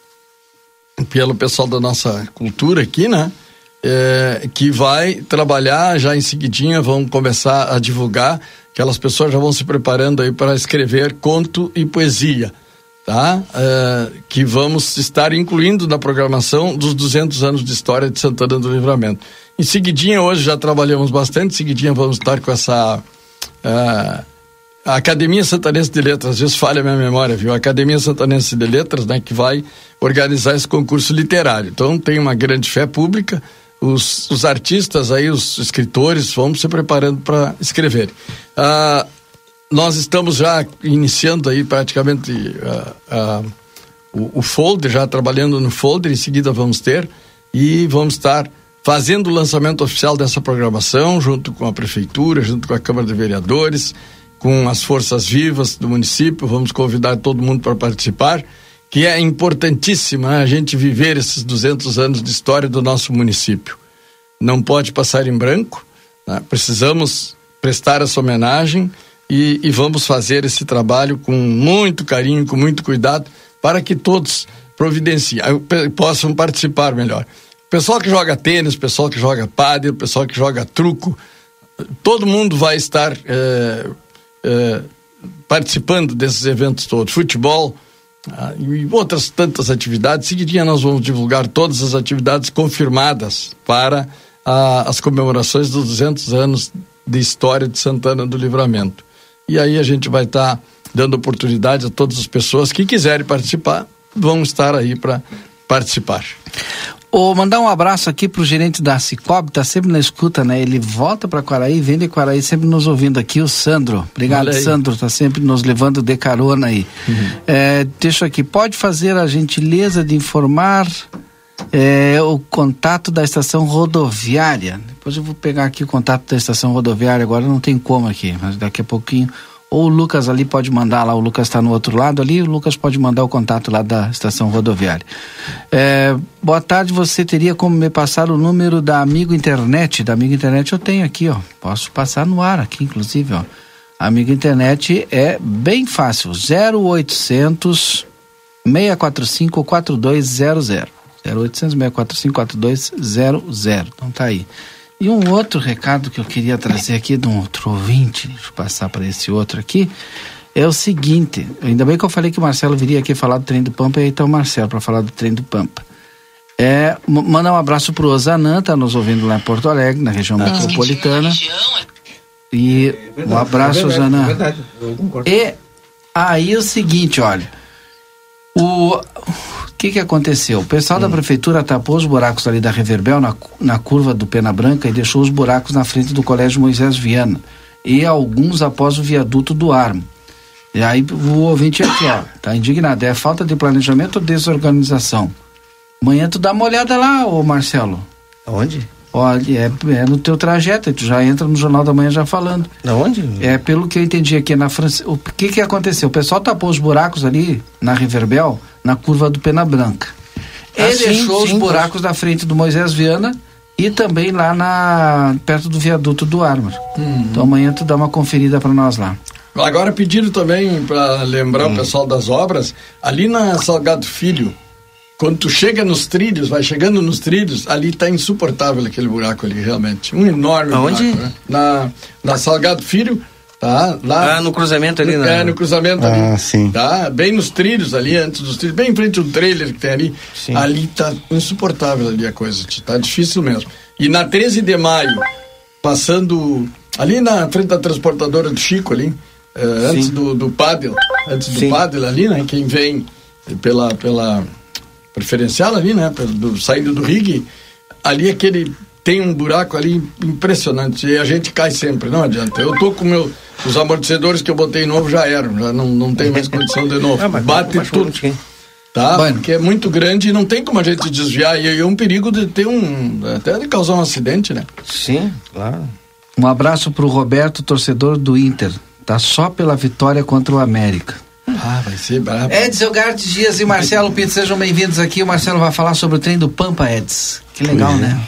pelo pessoal da nossa cultura aqui, né? É, que vai trabalhar já em seguidinha, vão começar a divulgar, aquelas pessoas já vão se preparando aí para escrever conto e poesia, tá? É, que vamos estar incluindo na programação dos duzentos anos de história de Santana do Livramento. Em seguidinha, hoje já trabalhamos bastante, em seguidinha vamos estar com essa uh, a Academia Santanense de Letras, às vezes falha a minha memória, viu? A Academia Santanense de Letras, né, que vai organizar esse concurso literário. Então tem uma grande fé pública, os, os artistas aí, os escritores vão se preparando para escrever. Uh, nós estamos já iniciando aí praticamente uh, uh, o, o folder, já trabalhando no folder, em seguida vamos ter e vamos estar fazendo o lançamento oficial dessa programação, junto com a Prefeitura, junto com a Câmara de Vereadores, com as forças vivas do município. Vamos convidar todo mundo para participar, que é importantíssimo, né, a gente viver esses duzentos anos de história do nosso município. Não pode passar em branco, né? Precisamos prestar essa homenagem e, e vamos fazer esse trabalho com muito carinho, com muito cuidado, para que todos providenciem, possam participar melhor. Pessoal que joga tênis, pessoal que joga pádel, pessoal que joga truco, todo mundo vai estar é, é, participando desses eventos todos. Futebol ah, e outras tantas atividades. Seguidinha nós vamos divulgar todas as atividades confirmadas para ah, as comemorações dos duzentos anos de história de Santana do Livramento. E aí a gente vai estar tá dando oportunidade a todas as pessoas que quiserem participar, vão estar aí para participar. Ô, mandar um abraço aqui pro gerente da Cicobi, tá sempre na escuta, né? Ele volta pra Quaraí, vem de Quaraí, sempre nos ouvindo aqui, o Sandro. Obrigado, Sandro, tá sempre nos levando de carona aí. Uhum. É, deixa aqui, pode fazer a gentileza de informar é, o contato da estação rodoviária? Depois eu vou pegar aqui o contato da estação rodoviária, agora não tem como aqui, mas daqui a pouquinho. ou o Lucas ali pode mandar lá, o Lucas está no outro lado ali, o Lucas pode mandar o contato lá da estação rodoviária. É, boa tarde, você teria como me passar o número da Amigo Internet? Da Amigo Internet eu tenho aqui, ó, posso passar no ar aqui, inclusive, ó. A Amigo Internet é bem fácil, zero oitocentos, seis quatro cinco, quatro dois zero zero. zero oitocentos, seis quatro cinco, quatro dois zero zero. Então tá aí. E um outro recado que eu queria trazer aqui de um outro ouvinte, deixa eu passar para esse outro aqui, é o seguinte, ainda bem que eu falei que o Marcelo viria aqui falar do trem do Pampa, e aí tá o Marcelo para falar do trem do Pampa. É, mandar um abraço pro Osanã, tá nos ouvindo lá em Porto Alegre, na região ah, metropolitana. E é verdade, um abraço, é verdade, Osanã. É verdade, eu concordo. E aí o seguinte, olha, o... O que que aconteceu? O pessoal hum. da prefeitura tapou os buracos ali da Reverbel na, na curva do Pena Branca e deixou os buracos na frente do Colégio Moisés Viana e alguns após o viaduto do Armo. E aí o ouvinte aqui, ó, tá indignado. É falta de planejamento ou desorganização? Amanhã tu dá uma olhada lá, ô Marcelo. Aonde? Olha, é, é no teu trajeto, tu já entra no Jornal da Manhã já falando. Aonde? É, pelo que eu entendi aqui na França, o que que aconteceu? O pessoal tapou os buracos ali na Reverbel, na curva do Pena Branca. Ah, Ele sim, deixou sim, os buracos da frente do Moisés Viana e também lá na perto do viaduto do Armor. Hum. Então amanhã tu dá uma conferida para nós lá. Agora pediram também para lembrar hum. o pessoal das obras, ali na Salgado Filho, quando tu chega nos trilhos, vai chegando nos trilhos, ali tá insuportável aquele buraco ali, realmente. Um enorme Aonde? buraco, né? Na, na Salgado Filho, tá? Lá, ah, no cruzamento ali, no, na... É, no cruzamento ah, ali. Sim. Tá? Bem nos trilhos ali, antes dos trilhos, bem em frente ao trailer que tem ali. Sim. Ali tá insuportável ali a coisa, tá difícil mesmo. E na treze de maio, passando ali na frente da transportadora do Chico ali, eh, antes do, do Padel, antes do sim. Padel ali, né? Quem vem pela... pela preferencial ali, né, do, saindo do rig, ali aquele, tem um buraco ali impressionante, e a gente cai sempre, não adianta. Eu tô com meu, os amortecedores que eu botei novo já eram, já não, não tem mais condição de novo, ah, mas, bate mas, tudo, mas, tá, bueno. Porque é muito grande e não tem como a gente desviar, e é um perigo de ter um, até de causar um acidente, né. Sim, claro. Um abraço pro Roberto, torcedor do Inter, tá só pela vitória contra o América. Ah, vai ser brabo. Edson Garte Dias e Marcelo Pinto, sejam bem-vindos aqui. O Marcelo vai falar sobre o trem do Pampa, Edson. Que legal, é. né?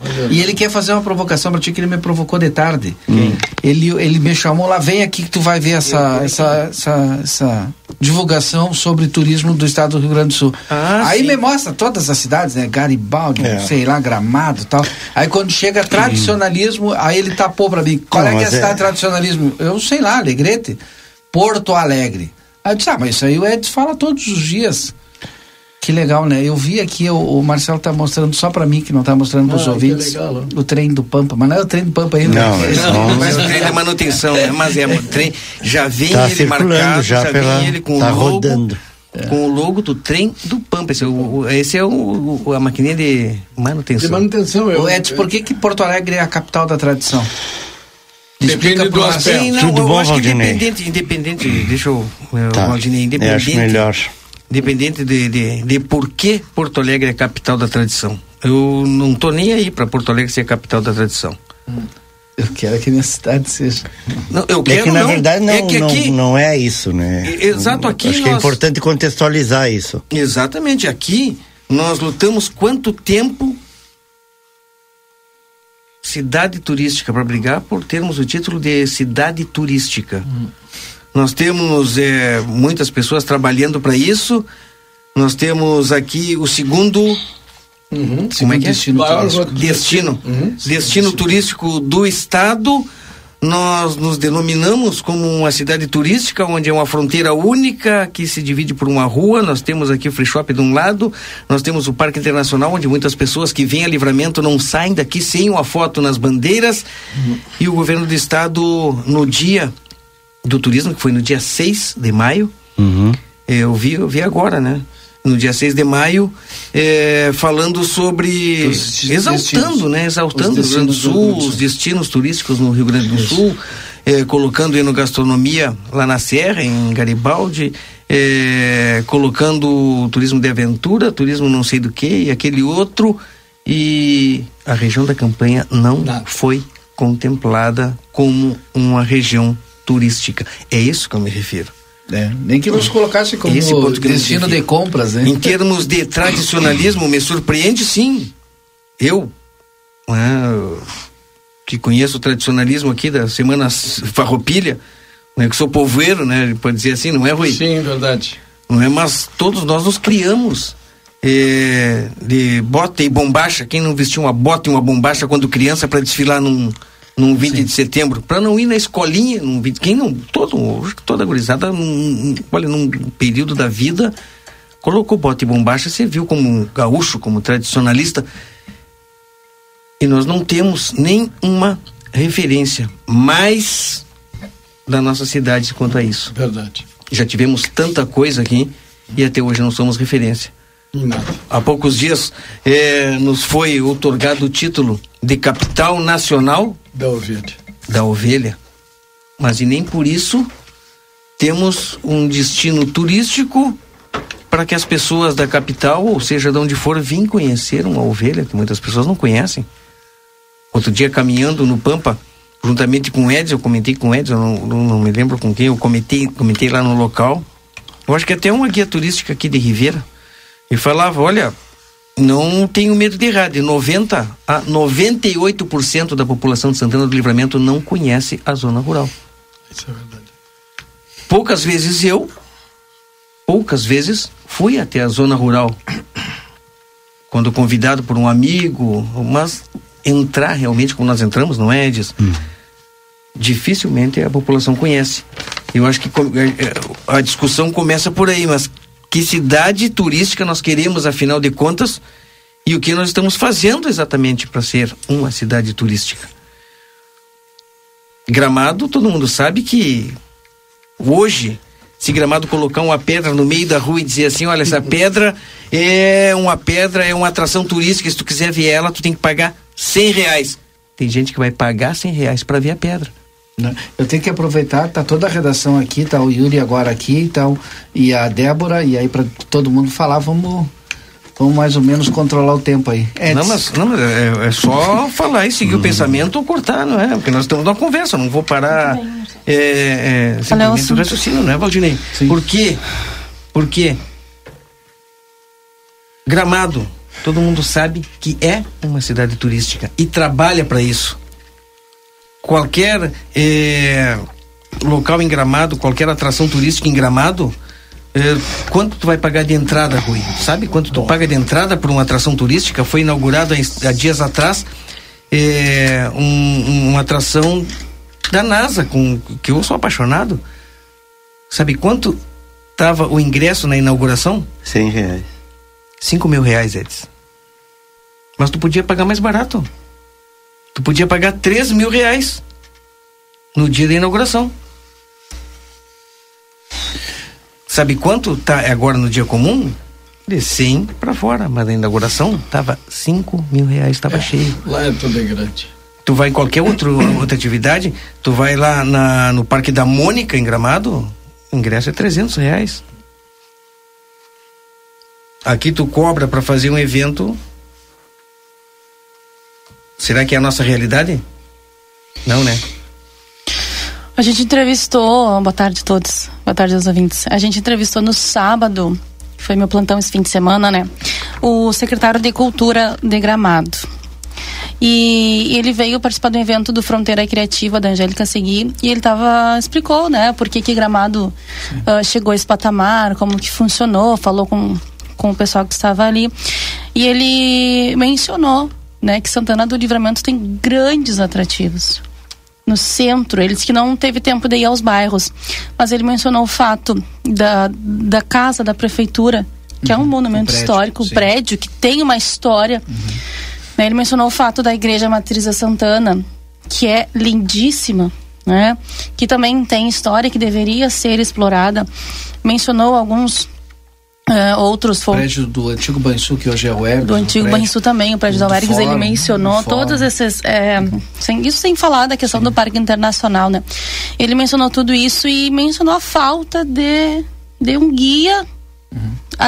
E ele quer fazer uma provocação pra ti, que ele me provocou de tarde. Hum. Ele, ele me chamou lá, vem aqui que tu vai ver essa, essa, essa, essa divulgação sobre turismo do estado do Rio Grande do Sul. Ah, aí sim. me mostra todas as cidades, né? Garibaldi, é. sei lá, Gramado e tal. Aí quando chega tradicionalismo, aí ele tapou pra mim. Qual não, é que é a cidade é... tradicionalismo? Eu sei lá, Alegrete. Porto Alegre. Aí eu disse, ah, mas isso aí o Edson fala todos os dias. Que legal, né? Eu vi aqui, o, o Marcelo tá mostrando só pra mim, que não tá mostrando pros ah, ouvintes, legal, o trem do Pampa. Mas não é o trem do Pampa ainda. Não, né? é não, mas o trem de manutenção, né? Mas é o trem, já vem tá ele marcado, já, já pela, vem ele com tá o logo, rodando. Com o logo do trem do Pampa. Esse é, o, esse é o, o, a maquininha de manutenção. De manutenção. Eu, o Edson, eu... por que que Porto Alegre é a capital da tradição? Depende do aspecto. Sim, não, Tudo eu bom, acho Valdinei? que independente, independente, deixa eu, tá. Valdinei, independente, eu acho melhor. Independente de, de, de por que Porto Alegre é a capital da tradição. Eu não tô nem aí para Porto Alegre ser a capital da tradição. Hum. Eu quero que minha cidade seja. Não, eu quero, é que na não. verdade não é, que aqui, não, não é isso, né? Exato, aqui acho nós... que é importante contextualizar isso. Exatamente, aqui nós lutamos quanto tempo cidade turística para brigar por termos o título de cidade turística. Hum. Nós temos é, muitas pessoas trabalhando para isso. Nós temos aqui o segundo uhum. como é que é? Destino turístico. Destino, uhum. destino turístico do estado. Nós nos denominamos como uma cidade turística, onde é uma fronteira única que se divide por uma rua. Nós temos aqui o Free Shop de um lado, nós temos o Parque Internacional, onde muitas pessoas que vêm a Livramento não saem daqui sem uma foto nas bandeiras. Uhum. E o governo do estado, no dia do turismo, que foi no dia seis de maio, uhum. eu vi, eu vi agora, né? No dia seis de maio, é, falando sobre, os exaltando, destinos. né? Exaltando o Rio Grande do Sul, os destinos turísticos no Rio Grande do Isso. Sul, é, colocando enogastronomia lá na Serra, em Garibaldi, é, colocando turismo de aventura, turismo não sei do que, e aquele outro, e a região da Campanha não, não. foi contemplada como uma região turística. É isso que eu me refiro. É, nem que nos colocasse como Esse ponto que destino de compras, né? Em termos de tradicionalismo, me surpreende sim. Eu, né, que conheço o tradicionalismo aqui da Semana Farroupilha, né, que sou povoeiro, né, pode dizer assim, não é, Rui? Sim, verdade. Não é, mas todos nós nos criamos é, de bota e bombacha. Quem não vestiu uma bota e uma bombacha quando criança para desfilar num num vinte Sim. de setembro, para não ir na escolinha, num vinte, quem não, todo, toda gurizada, num, olha, num período da vida, colocou bota e bombacha, serviu como gaúcho, como tradicionalista, e nós não temos nenhuma referência mais da nossa cidade quanto a isso. Verdade. Já tivemos tanta coisa aqui, e até hoje não somos referência. Nada. Há poucos dias eh, nos foi outorgado o título de capital nacional da ovelha. Da ovelha. Mas e nem por isso temos um destino turístico para que as pessoas da capital, ou seja, de onde for, vêm conhecer uma ovelha, que muitas pessoas não conhecem. Outro dia, caminhando no Pampa, juntamente com o Edson, eu comentei com o Edson, não, não, não me lembro com quem, eu comentei, comentei lá no local. Eu acho que até uma guia turística aqui de Ribeira. E falava, olha, não tenho medo de errar, de noventa a noventa e oito por cento da população de Santana do Livramento não conhece a zona rural. Isso é verdade. Poucas vezes eu, poucas vezes fui até a zona rural, quando convidado por um amigo, mas entrar realmente como nós entramos, não é, Edis? Hum. Dificilmente a população conhece. Eu acho que a discussão começa por aí, mas que cidade turística nós queremos, afinal de contas, e o que nós estamos fazendo exatamente para ser uma cidade turística. Gramado, todo mundo sabe que hoje, se Gramado colocar uma pedra no meio da rua e dizer assim, olha, essa pedra é uma pedra, é uma atração turística, se tu quiser ver ela, tu tem que pagar cem reais. Tem gente que vai pagar cem reais para ver a pedra. Eu tenho que aproveitar, tá toda a redação aqui, tá o Yuri agora aqui e tal, e a Débora, e aí para todo mundo falar, vamos, vamos mais ou menos controlar o tempo aí. Edson. Não, mas, não, mas é, é só falar e seguir uhum. o pensamento ou cortar, não é? Porque nós estamos numa conversa, não vou parar é, é, simplesmente o raciocínio, não é, Valdinei? Sim. Por quê? Por quê? Gramado, todo mundo sabe que é uma cidade turística e trabalha para isso. Qualquer eh, local em Gramado, qualquer atração turística em Gramado, eh, quanto tu vai pagar de entrada, Rui? Sabe quanto tu Bom. paga de entrada por uma atração turística? Foi inaugurado há, há dias atrás eh, um, uma atração da NASA, com, que eu sou apaixonado. Sabe quanto estava o ingresso na inauguração? Cem reais. Cinco mil reais, Edson. Mas tu podia pagar mais barato. Tu podia pagar três mil reais no dia da inauguração. Sabe quanto tá agora no dia comum? De cem para fora, mas na inauguração tava cinco mil reais, tava é, cheio. Lá é tudo grande. Tu vai em qualquer outro, outra atividade, tu vai lá na, no Parque da Mônica, em Gramado, o ingresso é trezentos reais. Aqui tu cobra para fazer um evento. Será que é a nossa realidade? Não, né? A gente entrevistou, boa tarde a todos, boa tarde aos ouvintes. A gente entrevistou no sábado, que foi meu plantão esse fim de semana, né? O secretário de Cultura de Gramado. E ele veio participar do evento do Fronteira Criativa da Angélica Segui e ele tava, explicou, né, por que que Gramado uh, chegou a esse patamar, como que funcionou, falou com, com o pessoal que estava ali. E ele mencionou, né, que Santana do Livramento tem grandes atrativos no centro. Ele disse que não teve tempo de ir aos bairros, mas ele mencionou o fato da, da casa da prefeitura, que uhum, é um monumento um prédio, histórico, um sim. prédio que tem uma história. Uhum. Né, ele mencionou o fato da Igreja Matriz da Santana, que é lindíssima, né, que também tem história, que deveria ser explorada. Mencionou alguns Uh, outros o prédio do antigo Banrisul, que hoje é o Ergs, do antigo Banrisul também, o prédio da Ergs, ele mencionou todos esses é, sem, isso sem falar da questão Sim. do Parque Internacional, né? Ele mencionou tudo isso e mencionou a falta de, de um guia uhum.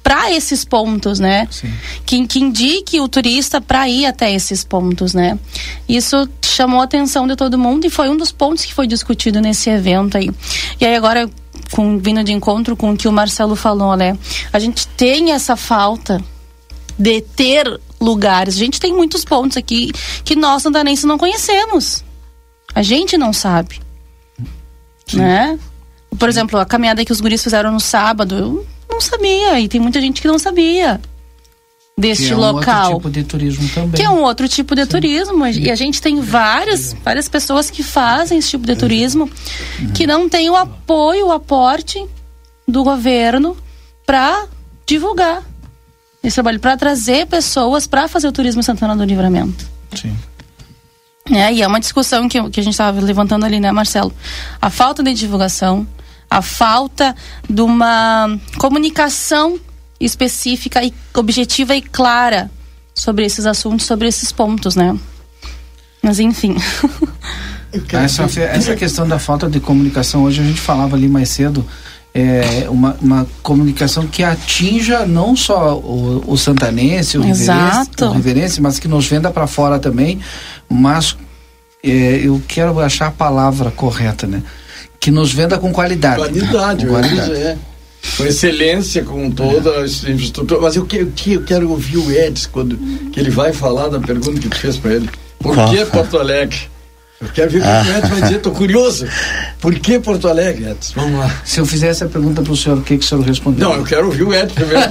para esses pontos, né? Que, que indique o turista para ir até esses pontos, né? Isso chamou a atenção de todo mundo e foi um dos pontos que foi discutido nesse evento aí. E aí agora, com, vindo de encontro com o que o Marcelo falou, né? A gente tem essa falta de ter lugares. A gente tem muitos pontos aqui que nós santanenses não conhecemos. A gente não sabe. Sim. Né? Por exemplo, a caminhada que os guris fizeram no sábado, eu não sabia, e tem muita gente que não sabia deste que é um local. Outro tipo de turismo também. Que é um outro tipo de Sim. turismo, Sim. e a gente tem várias, várias pessoas que fazem esse tipo de turismo uhum. que não tem o apoio, o aporte do governo para divulgar esse trabalho, para trazer pessoas para fazer o turismo em Santana do Livramento. Sim. É, e é uma discussão que, que a gente estava levantando ali, né, Marcelo? A falta de divulgação, a falta de uma comunicação específica e objetiva e clara sobre esses assuntos, sobre esses pontos, né? Mas enfim. Essa, essa questão da falta de comunicação, hoje a gente falava ali mais cedo, é uma, uma comunicação que atinja não só o, o santanense, o riverense, o riverense, mas que nos venda para fora também, mas é, eu quero achar a palavra correta, né? Que nos venda com qualidade. Qualidade, com, qualidade. É. Com excelência, com toda a infraestrutura. Mas eu, eu, eu quero ouvir o Edson quando que ele vai falar da pergunta que tu fez para ele. Por Qual? que Porto Alegre? Eu quero ver o que ah. o Edson vai dizer, tô curioso. Por que Porto Alegre, Edson? Vamos lá. Se eu fizesse a pergunta pro senhor, o que, que o senhor respondeu? Não, eu quero ouvir o Edson primeiro.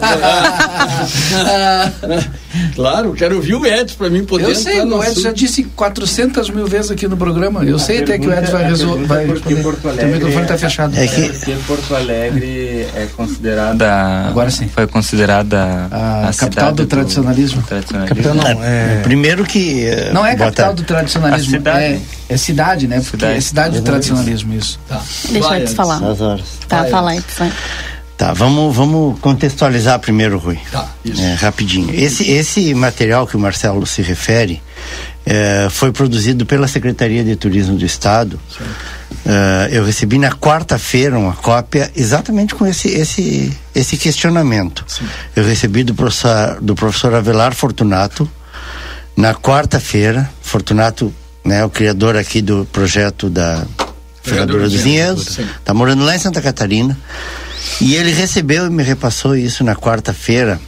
Claro, eu quero ouvir o Edson para mim poder. Eu sei, o Edson já disse quatrocentas mil vezes aqui no programa. Eu a sei até que o Edson vai resolver. Vai responder. Porto Alegre, o microfone está fechado. É que porque Porto Alegre é considerada. Agora sim. Foi considerada a, a capital do tradicionalismo. Do tradicionalismo. Capital não, é... Primeiro que. Uh, não é capital do tradicionalismo. Cidade. É, é cidade, né? Porque cidade. é cidade do tradicionalismo, isso. Tá. Deixa eu te falar. Tá, vai, fala aí, vai. Tá, vamos, vamos contextualizar primeiro, Rui. Tá, isso. É, rapidinho. Esse, esse material que o Marcelo se refere é, foi produzido pela Secretaria de Turismo do Estado. É, eu recebi na quarta-feira uma cópia exatamente com esse, esse, esse questionamento. Sim. Eu recebi do professor, do professor Avelar Fortunato na quarta-feira. Fortunato, né, o criador aqui do projeto da Fregadora dos Vinhedos, está morando lá em Santa Catarina. E ele recebeu e me repassou isso na quarta-feira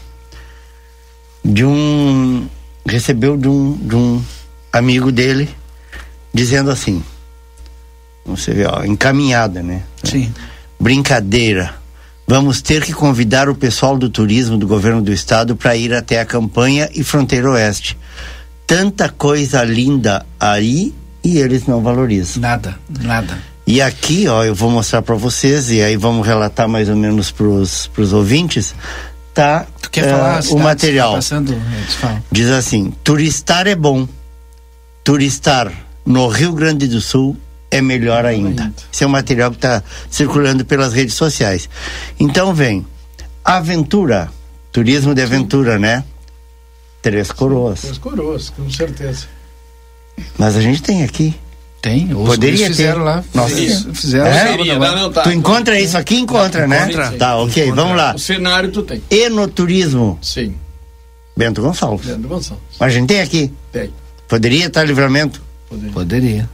de um recebeu de um, de um amigo dele dizendo assim, você vê, ó, encaminhada, né? Sim. Brincadeira. Vamos ter que convidar o pessoal do turismo do governo do estado para ir até a campanha e fronteira oeste. Tanta coisa linda aí e eles não valorizam. Nada, nada. E aqui, ó, eu vou mostrar para vocês e aí vamos relatar mais ou menos pros, pros ouvintes, tá? Tu quer uh, falar o material. Tá passando, diz assim, turistar é bom, turistar no Rio Grande do Sul é melhor ainda. ainda. Esse é o material que está circulando pelas redes sociais. Então vem, aventura, turismo de aventura, Sim. né? Três Coroas. Três Coroas, com certeza. Mas a gente tem aqui. Tem, os poderia fizeram ter. lá. Nossa, isso. Fizeram. É? Não, não, não, tá. Tu encontra isso aqui? Encontra, né? Encontra. Tá, ok, encontra. Vamos lá. O cenário tu tem. Enoturismo. Sim. Bento Gonçalves. Bento Gonçalves. Mas a gente tem aqui. Tem. Poderia estar Livramento? Poderia. Poderia.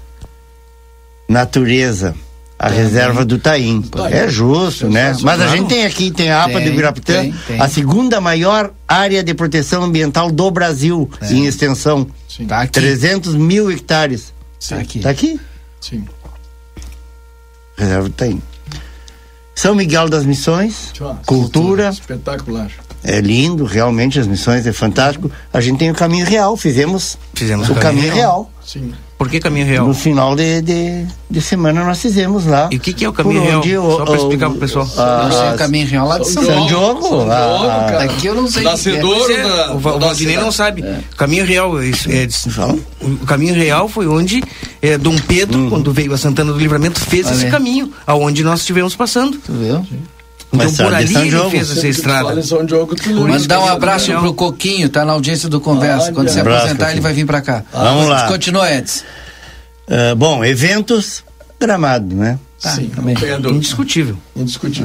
Natureza. A tem, reserva tem. do Taim. Tá é justo, né? Mas a gente tem aqui, tem a APA do Ibirapitã, tem, tem. a segunda maior área de proteção ambiental do Brasil, é. em extensão. Sim. Tá aqui. trezentos mil hectares. Sim. Tá aqui. Tá aqui? Sim. Reserva do Taim. São Miguel das Missões, Tchau, cultura. Espetacular. É lindo, realmente, as missões é fantástico. A gente tem o Caminho Real, fizemos, fizemos o Caminho, caminho Real. real. Sim. Por que Caminho Real? No final de, de, de semana nós fizemos lá. E o que, que é o Caminho Real? O, Só para explicar pro pessoal. A, eu sei o Caminho Real lá de São, São Diogo. São Diogo, a, aqui eu não sei. Nascedor é. da, o Valdinei não sabe. É. Caminho Real, é, é, o Caminho Real foi onde é, Dom Pedro, hum. quando veio a Santana do Livramento, fez Valeu. esse caminho, aonde nós estivemos passando. Tu viu? Sim. Então por ali ele Diogo, fez essa estrada. Mandar um abraço pro Coquinho, tá na audiência do Conversa. Quando se abraço, aposentar, ele vai vir pra cá. Ah, Vamos lá. Continua, Edson. Uh, bom, eventos, Gramado, né? Tá, sim, também. Indiscutível. Indiscutível.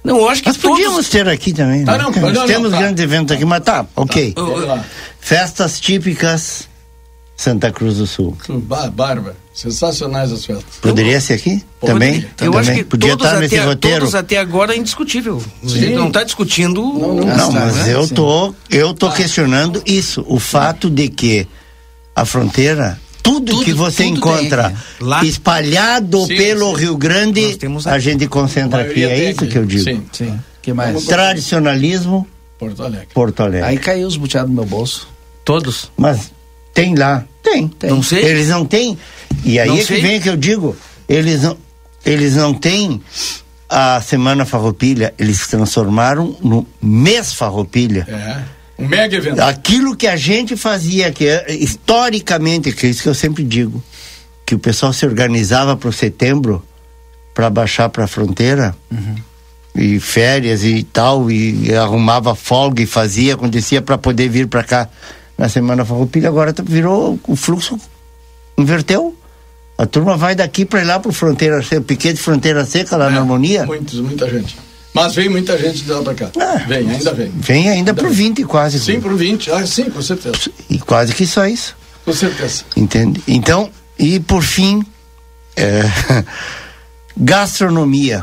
Não, eu acho que Nós todos... podíamos ter aqui também, né? Ah, não, Nós não, temos não, tá. grandes eventos aqui, mas tá, ok. Tá, vamos lá. Festas típicas Santa Cruz do Sul. Bah, Bárbara, sensacionais as festas. Poderia ser aqui? Poderia. Também? Eu também. acho que Podia todos, estar nesse até, roteiro. todos até agora é indiscutível. A Sim. gente não está discutindo... Não, não, mas né? eu Sim. tô, eu tô questionando isso, o fato de que a fronteira, tudo, Tudo- que você tudo encontra tem Lá. espalhado Sim, pelo sim. Rio Grande, Nós temos a aqui. gente concentra A aqui, maioria é tem isso aqui. que eu digo. Sim. Sim. Que mais? Tradicionalismo, Porto Alegre. Porto Alegre. Aí caiu os buteados no meu bolso. Todos. Mas tem lá? Tem. Tem. Não sei. Eles não têm. E aí Não é que sei. vem que eu digo, eles não, eles não têm a Semana Farroupilha, eles transformaram no mês Farroupilha. É. Um mega evento. Aquilo que a gente fazia, que é, historicamente, que é isso que eu sempre digo, que o pessoal se organizava para o setembro para baixar para a fronteira, e férias e tal, e, e arrumava folga e fazia, acontecia para poder vir para cá na Semana Farroupilha. Agora tá- virou, o fluxo inverteu. A turma vai daqui para ir lá para o Fronteira Seca, Piquete Fronteira Seca, lá É, na Harmonia. Muitos, muita gente. Mas vem muita gente de lá pra cá. Ah. Vem, ainda vem. Vem ainda pro vinte quase. Sim, pro vinte. Ah, sim, com certeza. E quase que só isso. Com certeza. Entende? Então, e por fim, é, gastronomia.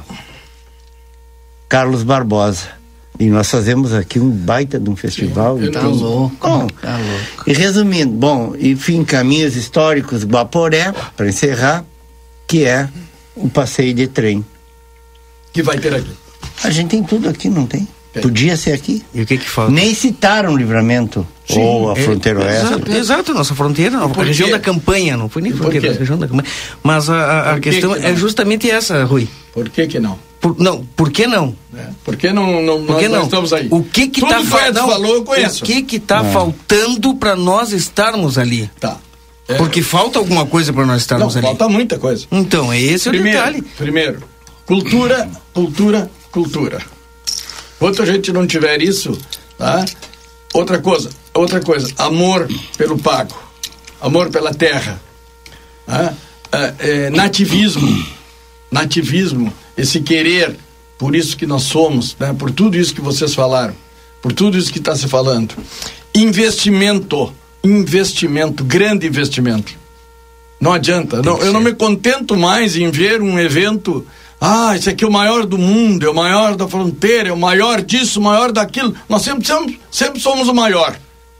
Carlos Barbosa. E nós fazemos aqui um baita de um festival. Sim, então, Tá louco, bom, tá louco. e resumindo, bom, enfim, caminhos históricos Guaporé, para encerrar, que é o passeio de trem. Que vai ter aqui. A gente tem tudo aqui, não tem? Tem. Podia ser aqui. E o que que falta? Nem citaram Livramento ou a É, Fronteira Oeste. Exato, exato, nossa fronteira, a por região quê? da campanha, não foi nem E por fronteira, quê? a região da campanha. Mas a, a- a Por que questão que não? é justamente essa, Rui. Por que que não? Por, não, por que não? É. Por que não, não, Por que nós não? não estamos aí? O que que Tudo tá que o fal- Edson não, falou, eu conheço. O que que tá Não. faltando para nós estarmos ali? Tá. É, Porque falta alguma coisa para nós não, estarmos ali. falta muita coisa. Então, é esse Primeiro, o detalhe. primeiro, cultura, cultura, cultura. Enquanto a gente não tiver isso, tá? Outra coisa, outra coisa, amor pelo pago, amor pela terra, tá? É, é, nativismo, nativismo, esse querer, por isso que nós somos, né? Por tudo isso que vocês falaram, por tudo isso que está se falando. Investimento, investimento, grande investimento. Não adianta, não, eu não me contento mais em ver um evento, ah, esse aqui é o maior do mundo, é o maior da fronteira, é o maior disso, o maior daquilo. Nós sempre somos, sempre somos o maior.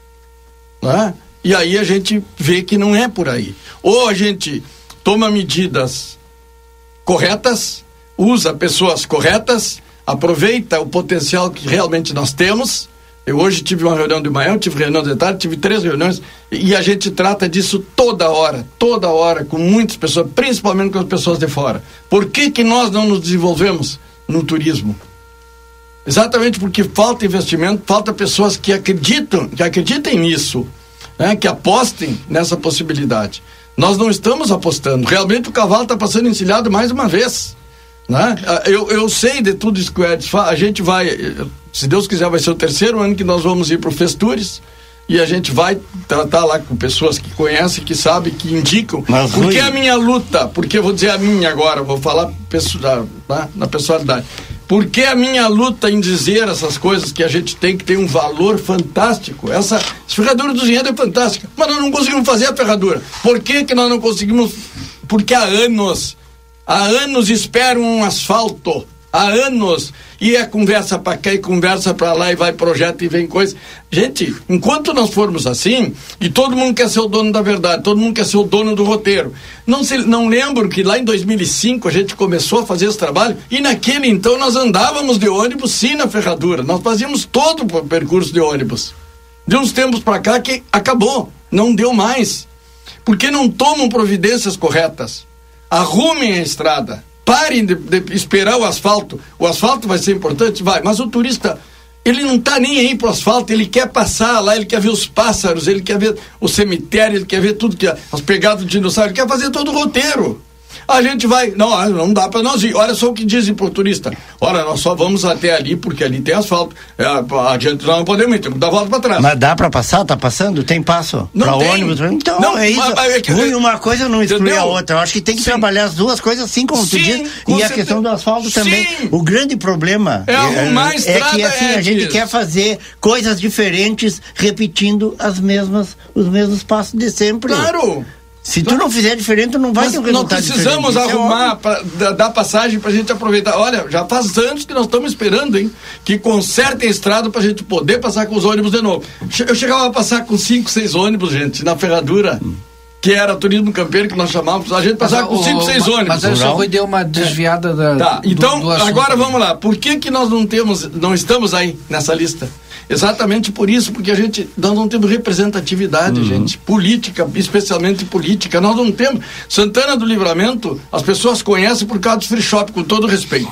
Né? E aí a gente vê que não é por aí. Ou a gente toma medidas corretas, usa pessoas corretas, aproveita o potencial que realmente nós temos. Eu hoje tive uma reunião de manhã, tive reunião de tarde, tive três reuniões, e a gente trata disso toda hora, toda hora, com muitas pessoas, principalmente com as pessoas de fora. Por que que nós não nos desenvolvemos no turismo? Exatamente porque falta investimento, falta pessoas que acreditam, que acreditem nisso, né? Que apostem nessa possibilidade. Nós não estamos apostando. Realmente o cavalo está passando encilhado mais uma vez. Né? Eu, eu sei de tudo isso que o Edson fala. A gente vai, se Deus quiser, vai ser o terceiro ano que nós vamos ir para o Festures. E a gente vai tratar lá com pessoas que conhecem, que sabem, que indicam. Mas, porque Rui, a minha luta, porque eu vou dizer a minha agora, vou falar pessoa, tá? Na pessoalidade. Por que a minha luta em dizer essas coisas que a gente tem que ter um valor fantástico? Essa ferradura do dinheiro é fantástica, mas nós não conseguimos fazer a ferradura. Por que que nós não conseguimos? Porque há anos, há anos esperam um asfalto, há anos, e é conversa para cá e conversa para lá e vai projeto e vem coisa. Gente, enquanto nós formos assim, e todo mundo quer ser o dono da verdade, todo mundo quer ser o dono do roteiro. Não, se, não lembro que lá em dois mil e cinco a gente começou a fazer esse trabalho, e naquele então nós andávamos de ônibus sim na ferradura, nós fazíamos todo o percurso de ônibus. De uns tempos para cá que acabou, não deu mais. Porque não tomam providências corretas. Arrumem a estrada. Parem de, de esperar o asfalto. O asfalto vai ser importante? Vai. Mas o turista, ele não está nem aí pro asfalto. Ele quer passar lá, ele quer ver os pássaros, ele quer ver o cemitério, ele quer ver tudo, que as pegadas do dinossauro. Ele quer fazer todo o roteiro. A gente vai, não, não dá para nós ir. Olha só o que dizem pro turista. Olha, nós só vamos até ali porque ali tem asfalto. É, a gente não podemos ir, temos que dar a volta para trás. Mas dá para passar? Tá passando? Tem passo? Para ônibus? Então não, é isso. Mas, mas é que, Rui, uma coisa não exclui entendeu? A outra. Eu acho que tem que Sim. trabalhar as duas coisas assim como Sim, tu diz. E certeza. A questão do asfalto Sim. também. O grande problema é, arrumar a é que assim, é a gente disso. quer fazer coisas diferentes repetindo as mesmas, os mesmos passos de sempre. Claro! Se tu não fizer diferente, tu não vai Mas ter um resultado diferente. Nós precisamos arrumar, pra, dar passagem pra gente aproveitar. Olha, já faz anos que nós estamos esperando, hein? Que consertem a estrada pra gente poder passar com os ônibus de novo. Eu chegava a passar com cinco, seis ônibus, gente, na ferradura. Hum. Que era turismo campeiro que nós chamávamos, a gente passava com cinco, seis ônibus. Mas aí só deu uma desviada da. Tá, então, do, do agora vamos lá. Por que que nós não temos, não estamos aí nessa lista? Exatamente por isso, porque a gente, nós não temos representatividade, uhum. gente, política, especialmente política, nós não temos. Santana do Livramento, as pessoas conhecem por causa dos free shop, com todo respeito.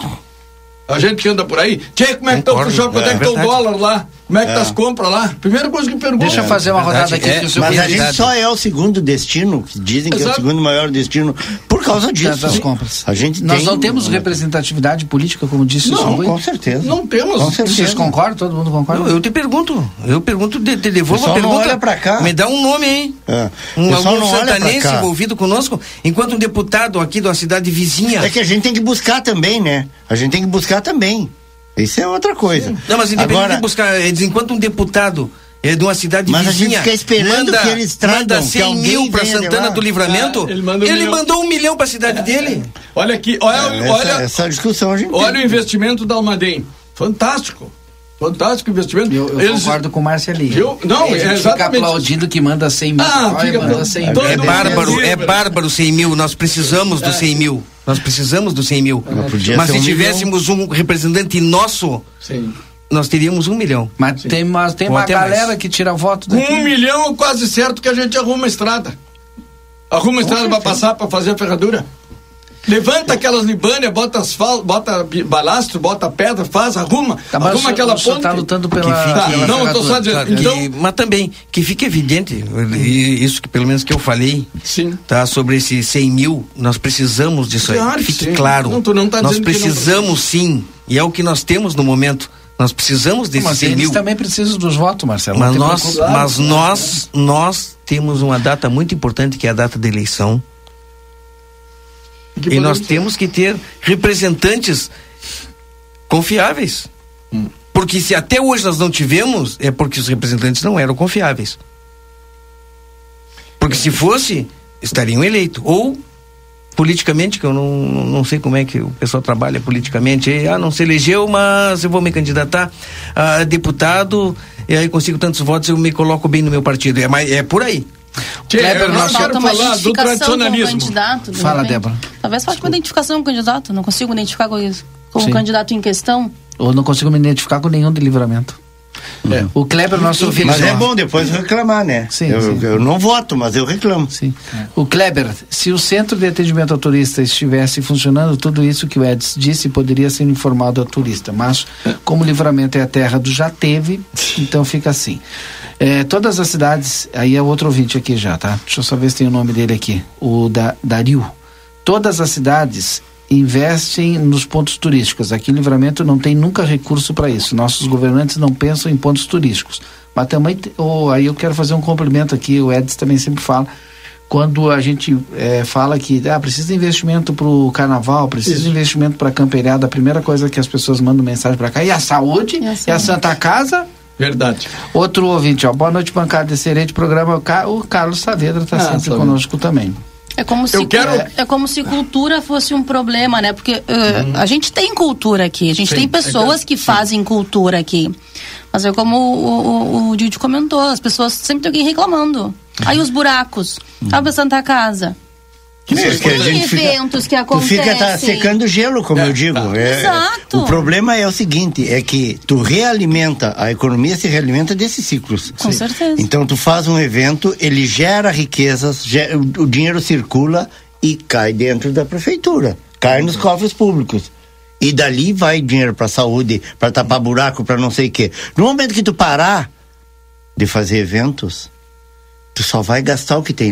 A gente que anda por aí, tchê, como é que tá o free shop, quanto é, é que tá o dólar lá, como é que é. tá as compras lá? Primeira coisa que pergunta. Deixa eu fazer uma rodada aqui. É, que o mas a gente só é o segundo destino, dizem Exato. que é o segundo maior destino, por causa disso. Das compras. A gente Nós tem, não temos representatividade política, como disse não, o senhor. Com certeza. Não temos. Com certeza. Vocês concordam? Todo mundo concorda? Eu, eu te pergunto, eu pergunto, de, de, devolvo a pergunta. Não olha pra cá. Me dá um nome, hein? É. Um algum santanense envolvido conosco, enquanto um deputado aqui da cidade vizinha. É que a gente tem que buscar também, né? A gente tem que buscar também. Isso é outra coisa. Sim. Não, mas independente Agora, de buscar, enquanto um deputado é de uma cidade mas vizinha, a gente fica esperando manda, que eles tragam, manda cem mil para Santana do Livramento, ah, ele, manda um ele mandou um milhão para a cidade é, dele. Olha aqui, olha, é, olha essa, essa discussão a gente olha tem. O investimento da Almaden, fantástico. Fantástico investimento. Eu, eu Eles... concordo com o Marcelinho. Eu, não, é, é fica aplaudindo que manda cem mil. Ah, Olha, fica, manda cem mil. É bárbaro, é bárbaro cem mil. Nós precisamos dos cem mil. Nós precisamos dos cem mil. Mas se um tivéssemos milhão. um representante nosso, Sim. nós teríamos um milhão. Mas Sim. tem, mas tem uma galera mais. que tira voto daqui. Com um milhão, quase certo que a gente arruma a estrada. Arruma a estrada para passar, para fazer a ferradura. Levanta aquelas libâneas, bota asfalto, bota balastro, bota pedra, faz, arruma, tá, arruma aquela ponte. Tá lutando pela, fique, tá, pela não, eu tô só dizendo. Claro, então, que, mas também, que fique evidente, isso que pelo menos que eu falei, sim. tá, sobre esses cem mil, nós precisamos disso claro, aí. Fique sim. claro. Não, tu não tá nós precisamos sim, e é o que nós temos no momento. Nós precisamos desses mas cem eles mil. também precisam dos votos, Marcelo. Mas nós, mas nós, nós temos uma data muito importante que é a data da eleição. E nós ser? temos que ter representantes confiáveis. Hum. Porque se até hoje nós não tivemos, é porque os representantes não eram confiáveis. Porque se fosse, estariam eleitos. Ou, politicamente, que eu não, não sei como é que o pessoal trabalha politicamente, ah, não se elegeu, mas eu vou me candidatar a deputado, e aí consigo tantos votos, eu me coloco bem no meu partido. É, mais, é por aí. Kleber, eu nós quero falar do tradicionalismo. Candidato, Fala, Débora. Talvez falte uma identificação com o candidato. Não consigo me identificar com isso. Com o candidato em questão. Ou não consigo me identificar com nenhum de Livramento. É. O Kleber, nosso filho. Mas é bom depois reclamar, né? Sim, eu, sim. eu não voto, mas eu reclamo. Sim. É. O Kleber, se o centro de atendimento ao turista estivesse funcionando, tudo isso que o Edson disse poderia ser informado ao turista. Mas, como Livramento é a terra do já teve, então fica assim. É, todas as cidades, aí é outro ouvinte aqui já, tá? Deixa eu só ver se tem o nome dele aqui. O da, Dario. Todas as cidades investem nos pontos turísticos. Aqui em Livramento não tem nunca recurso para isso. Nossos governantes não pensam em pontos turísticos. Mas também, oh, aí eu quero fazer um complemento aqui, o Edson também sempre fala, quando a gente é, fala que ah, precisa de investimento para o carnaval, precisa isso. de investimento para a camperiada, a primeira coisa que as pessoas mandam mensagem para cá, e a saúde? E a, e a Santa Casa? Verdade. Outro ouvinte, ó, boa noite, bancada de excelente programa, o Carlos Saavedra está ah, sempre Saavedra. conosco também. É como, se, quero... é, é como se cultura fosse um problema, né? Porque uh, hum. a gente tem cultura aqui, a gente Sim, tem pessoas é que Sim. fazem cultura aqui. Mas é como o, o, o Didi comentou, as pessoas sempre tem alguém reclamando. Aí os buracos, hum. abre a Santa Casa. Que é, que tem eventos fica, que acontecem. Tu fica tá, secando gelo, como é, eu digo. tá. É, Exato. O problema é o seguinte, é que tu realimenta, a economia se realimenta desses ciclos. Com Sim. certeza. Então tu faz um evento, ele gera riquezas, gera, o, o dinheiro circula e cai dentro da prefeitura, cai nos cofres públicos. E dali vai dinheiro para saúde, para tapar buraco, para não sei o quê. No momento que tu parar de fazer eventos, tu só vai gastar o que tem lá.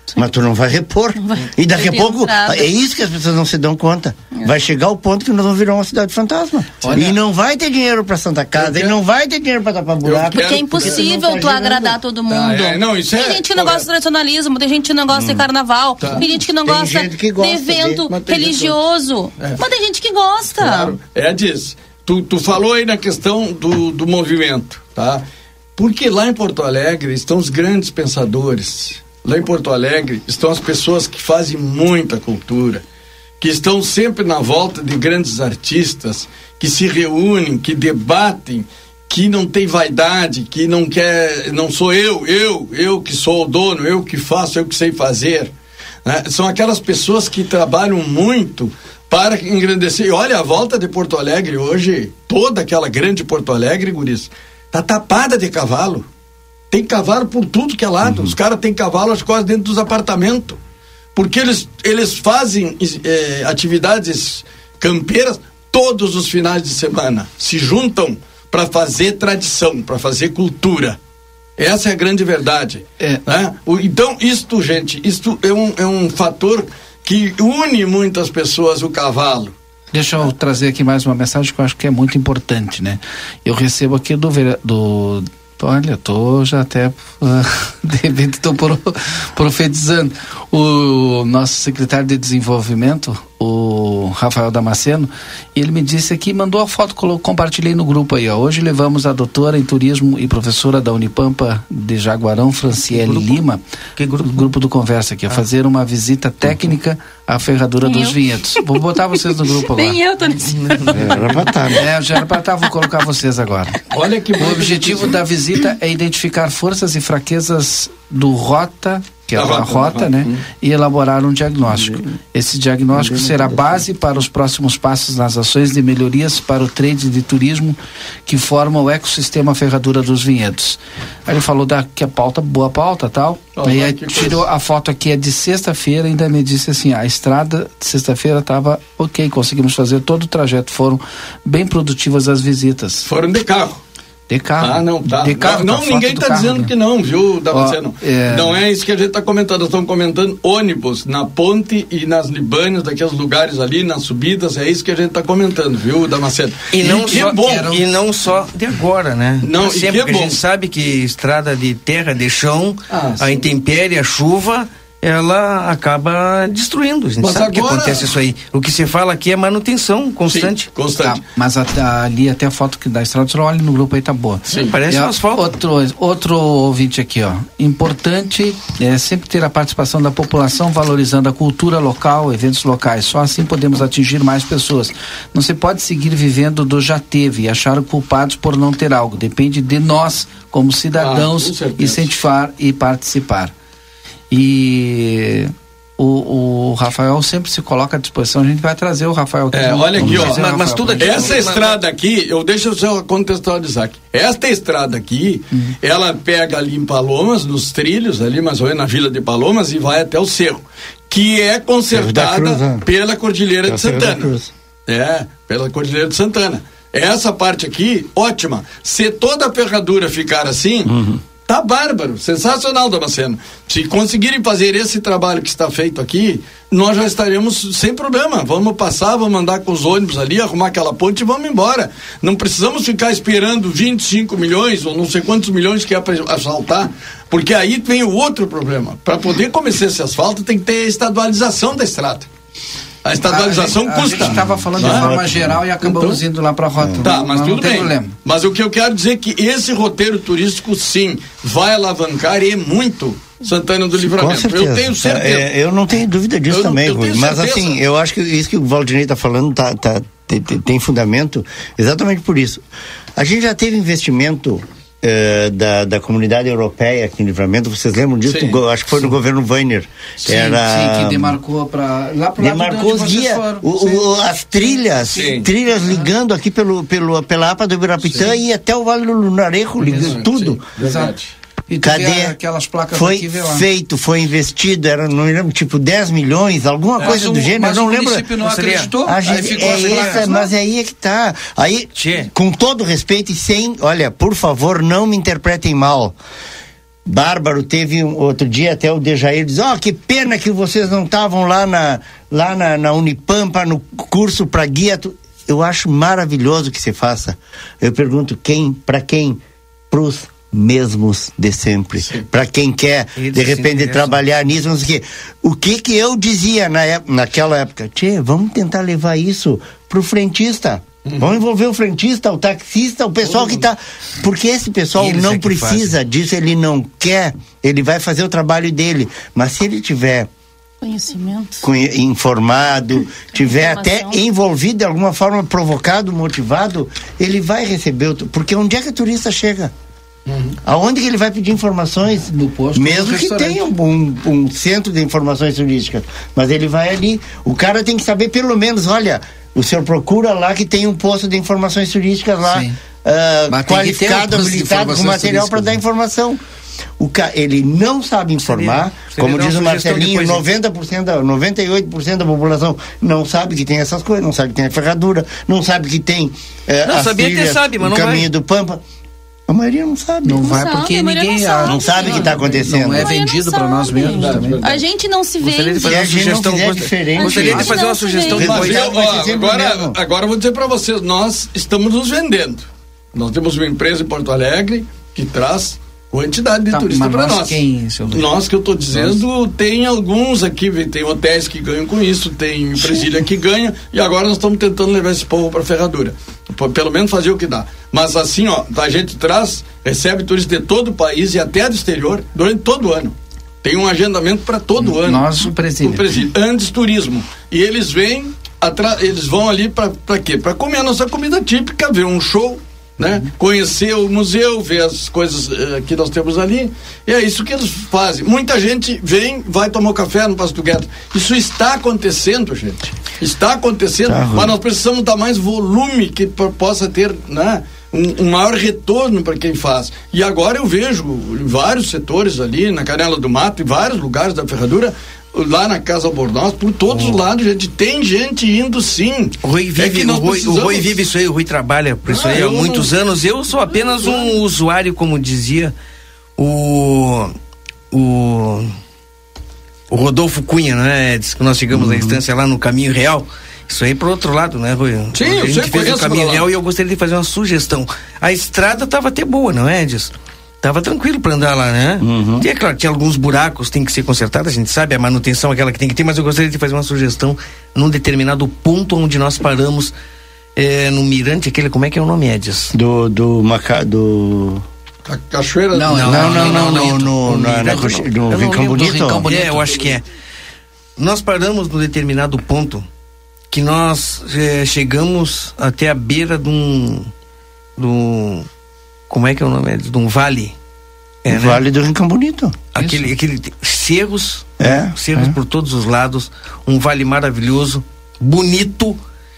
mas tu não vai repor. Não vai. E daqui a pouco, entrada. É isso que as pessoas não se dão conta. É. Vai chegar o ponto que nós vamos virar uma cidade fantasma. Olha. E não vai ter dinheiro para Santa Casa, quero... e não vai ter dinheiro para tapar buraco. Porque é impossível porque tu, tá tu agradar todo mundo. Ah, é. Não, isso tem é gente que não gosta de tradicionalismo, tem gente que não gosta hum. de carnaval, tá. tem gente que não tem gosta, que gosta de evento de... religioso. É. Mas tem gente que gosta. Claro. É disso. Tu, tu falou aí na questão do, do movimento, tá? Porque lá em Porto Alegre estão os grandes pensadores. Lá em Porto Alegre estão as pessoas que fazem muita cultura, que estão sempre na volta de grandes artistas, que se reúnem, que debatem, que não tem vaidade, que não quer, não sou eu, eu, eu que sou o dono, eu que faço, eu que sei fazer. Né? São aquelas pessoas que trabalham muito para engrandecer. E olha, a volta de Porto Alegre hoje, toda aquela grande Porto Alegre, guris, tá tapada de cavalo. Tem cavalo por tudo que é lado. Uhum. Os caras têm cavalo às quase dentro dos apartamentos. Porque eles, eles fazem é, atividades campeiras todos os finais de semana. Se juntam para fazer tradição, para fazer cultura. Essa é a grande verdade. É. Né? O, então, isto, gente, isto é um, é um fator que une muitas pessoas, o cavalo. Deixa eu trazer aqui mais uma mensagem que eu acho que é muito importante, né? Eu recebo aqui do... do olha, tô já até uh, de repente estou profetizando. O nosso secretário de desenvolvimento, o Rafael Damasceno, ele me disse aqui, mandou a foto, compartilhei no grupo aí, ó. Hoje levamos a doutora em turismo e professora da Unipampa de Jaguarão, Franciele que Lima, que grupo? grupo do Conversa aqui, a ah. fazer uma visita técnica à ferradura Nem dos eu. vinhedos. Vou botar vocês no grupo agora. Nem eu tô nesse. Era pra estar, né? É, já era pra estar, vou colocar vocês agora. Olha que o objetivo da visita é identificar forças e fraquezas do rota, que é a, a rota, rota né? Hum. E elaborar um diagnóstico. Esse diagnóstico será base para os próximos passos nas ações de melhorias para o trade de turismo que forma o ecossistema Ferradura dos Vinhedos. Aí ele falou da, que a pauta, boa pauta tal. Oh, aí, aí tirou a foto aqui, é de sexta-feira, ainda me disse assim, a estrada de sexta-feira estava ok, conseguimos fazer todo o trajeto, foram bem produtivas as visitas. Foram de carro. De carro. Ah, não, tá. De carro, não, não ninguém está dizendo né? que não, viu, Damasceno? Oh, é... Não é isso que a gente está comentando, nós estamos comentando ônibus na ponte e nas Libânias, daqueles lugares ali, nas subidas, é isso que a gente está comentando, viu, Damasceno? E, não e, só, é bom. Eram... e não só de agora, né? Não, é sempre que, é que a gente sabe que estrada de terra, de chão, ah, a intempérie, a chuva, ela acaba destruindo. A gente mas sabe agora... que acontece isso aí. O que se fala aqui é manutenção constante. Sim, constante. Tá, mas a, a, ali até a foto que da estrada, você olha no grupo aí, tá boa. Sim, parece um asfalto. Outro, outro ouvinte aqui, ó. Importante é sempre ter a participação da população, valorizando a cultura local, eventos locais. Só assim podemos atingir mais pessoas. Não se pode seguir vivendo do já teve e achar culpados por não ter algo. Depende de nós, como cidadãos, ah, incentivar e participar. E o, o Rafael sempre se coloca à disposição, a gente vai trazer o Rafael aqui. É, olha aqui, ó, mas, Rafael, mas tudo aqui. Essa estrada aqui, eu deixo eu só contextualizar aqui. Esta estrada aqui, uhum. ela pega ali em Palomas, nos trilhos, ali mais ou menos na Vila de Palomas, e vai até o Cerro, que é consertada Cruz, né? pela Cordilheira é de Santana. É, pela Cordilheira de Santana. Essa parte aqui, ótima. Se toda a ferradura ficar assim, uhum. tá bárbaro, sensacional, Damasceno. Se conseguirem fazer esse trabalho que está feito aqui, nós já estaremos sem problema. Vamos passar, vamos andar com os ônibus ali, arrumar aquela ponte e vamos embora. Não precisamos ficar esperando vinte e cinco milhões ou não sei quantos milhões que é para asfaltar, porque aí vem o outro problema. Para poder começar esse asfalto tem que ter a estadualização da estrada. A estadualização a custa. A gente estava falando ah, de forma geral e acabamos então, indo lá para a rota. Tá, mas, mas tudo bem. Problema. Mas o que eu quero dizer é que esse roteiro turístico, sim, vai alavancar e muito Santana do Livramento. Eu tenho certeza. É, eu não tenho dúvida disso eu, também, eu Rui. Mas certeza. Assim, eu acho que isso que o Valdinei está falando tá, tá, tem, tem fundamento exatamente por isso. A gente já teve investimento Uh, da, da comunidade europeia aqui em Livramento, vocês lembram disso? Go, acho que foi sim. no governo Weiner. Sim, Era, sim, que demarcou para lá pro demarcou os guias, as trilhas, sim. trilhas ligando aqui pelo, pelo, pela A P A do Ibirapitã sim. e até o Vale do Lunarejo, ligando tudo. Sim. Verdade. E cadê? Aquelas placas foi aqui, vê lá. feito, foi investido, era, não me lembro, tipo dez milhões, alguma é, coisa do gênero, eu não lembro. Mas o município não acreditou, a gente, aí ficou é assim, essa, mas aí é que tá. Aí, Tchê. com todo respeito e sem, olha, por favor, não me interpretem mal. bárbaro. Teve um, outro dia até o Dejair diz, ó, oh, que pena que vocês não estavam lá na, lá na, na Unipampa, no curso para guia. Tu... Eu acho maravilhoso que se faça. Eu pergunto quem, para quem? Pros mesmos de sempre. Para quem quer, e de repente, sim, trabalhar nisso, não sei o quê. O que que eu dizia na época, naquela época? Tchê, vamos tentar levar isso pro frentista. Uhum. Vamos envolver o frentista, o taxista, o pessoal uhum. que tá... Porque esse pessoal Eles não é precisa fazem. disso, ele não quer, ele vai fazer o trabalho dele. Mas se ele tiver... Conhecimento. Informado, tiver até envolvido de alguma forma, provocado, motivado, ele vai receber... O... Porque onde é que o turista chega? Uhum. Aonde que ele vai pedir informações? No posto, mesmo que tenha um, um, um centro de informações turísticas, mas ele vai ali, o cara tem que saber pelo menos, olha, o senhor procura lá que tem um posto de informações turísticas lá, uh, qualificado, um habilitado com material para dar informação. O ca... ele não sabe informar, seria, seria como diz o Marcelinho, noventa por cento, noventa e oito por cento da população não sabe que tem essas coisas, não sabe que tem a ferradura, não sabe que tem uh, não, as sabia trilhas, que sabe, mas o não caminho vai. do Pampa. A maioria não sabe. Não, não vai sabe, porque ninguém não sabe, não sabe o que está acontecendo. Não é vendido para nós mesmos também. A gente não se vê. Gostaria de fazer uma sugestão diferente. Gostaria de fazer uma sugestão. Mas eu, ó, agora, agora eu vou dizer para vocês, nós estamos nos vendendo. Nós temos uma empresa em Porto Alegre que traz quantidade de tá, turistas para nós. Quem, nós que eu estou dizendo, nós. Tem alguns aqui, tem hotéis que ganham com isso, tem Brasília que ganha, e agora nós estamos tentando levar esse povo para Ferradura. Pelo menos fazer o que dá. Mas assim, ó, a gente traz, recebe turistas de todo o país e até do exterior durante todo o ano. Tem um agendamento para todo o ano. Nós, o presídio. O presídio, Andes Turismo. E eles vêm, atra- eles vão ali para quê? Para comer a nossa comida típica, ver um show, né? Uhum. Conhecer o museu, ver as coisas uh, que nós temos ali, e é isso que eles fazem. Muita gente vem, vai tomar café no Passo do Gueto. Isso está acontecendo, gente. Está acontecendo, tá, mas nós precisamos dar mais volume que p- possa ter, né? Um, um maior retorno para quem faz. E agora eu vejo em vários setores ali, na Canela do Mato, em vários lugares da Ferradura, lá na Casa Albornoz, por todos os oh. lados, gente, tem gente indo sim. O Rui vive, é que o, Rui, precisamos... o Rui vive isso aí, o Rui trabalha por isso ah, aí há muitos não... anos. Eu sou apenas um usuário, como dizia o o, o Rodolfo Cunha, né? Diz que nós chegamos uhum. à instância lá no Caminho Real. Isso aí pro outro lado, né, Rui? Sim, a gente eu sei, fez o Caminho Real e eu gostaria de fazer uma sugestão. A estrada tava até boa, não é, Edson? Tava tranquilo para andar lá, né? Uhum. E é claro, tinha alguns buracos, tem que ser consertados, a gente sabe, a manutenção é aquela que tem que ter, mas eu gostaria de fazer uma sugestão num determinado ponto onde nós paramos, é, no Mirante, aquele, como é que é o nome, Edson? Do, do, Maca, do... A Cachoeira? Não, não, não, não, não, no, no, na, na, no Rincão Bonito. É, eu acho que é. Nós paramos num determinado ponto que nós é, chegamos até a beira de um... de um como é que é o nome? De um vale. É, o né? Vale do Rincão Bonito. Aquele, aquele cerros, é, cerros é. por todos os lados, um vale maravilhoso, bonito,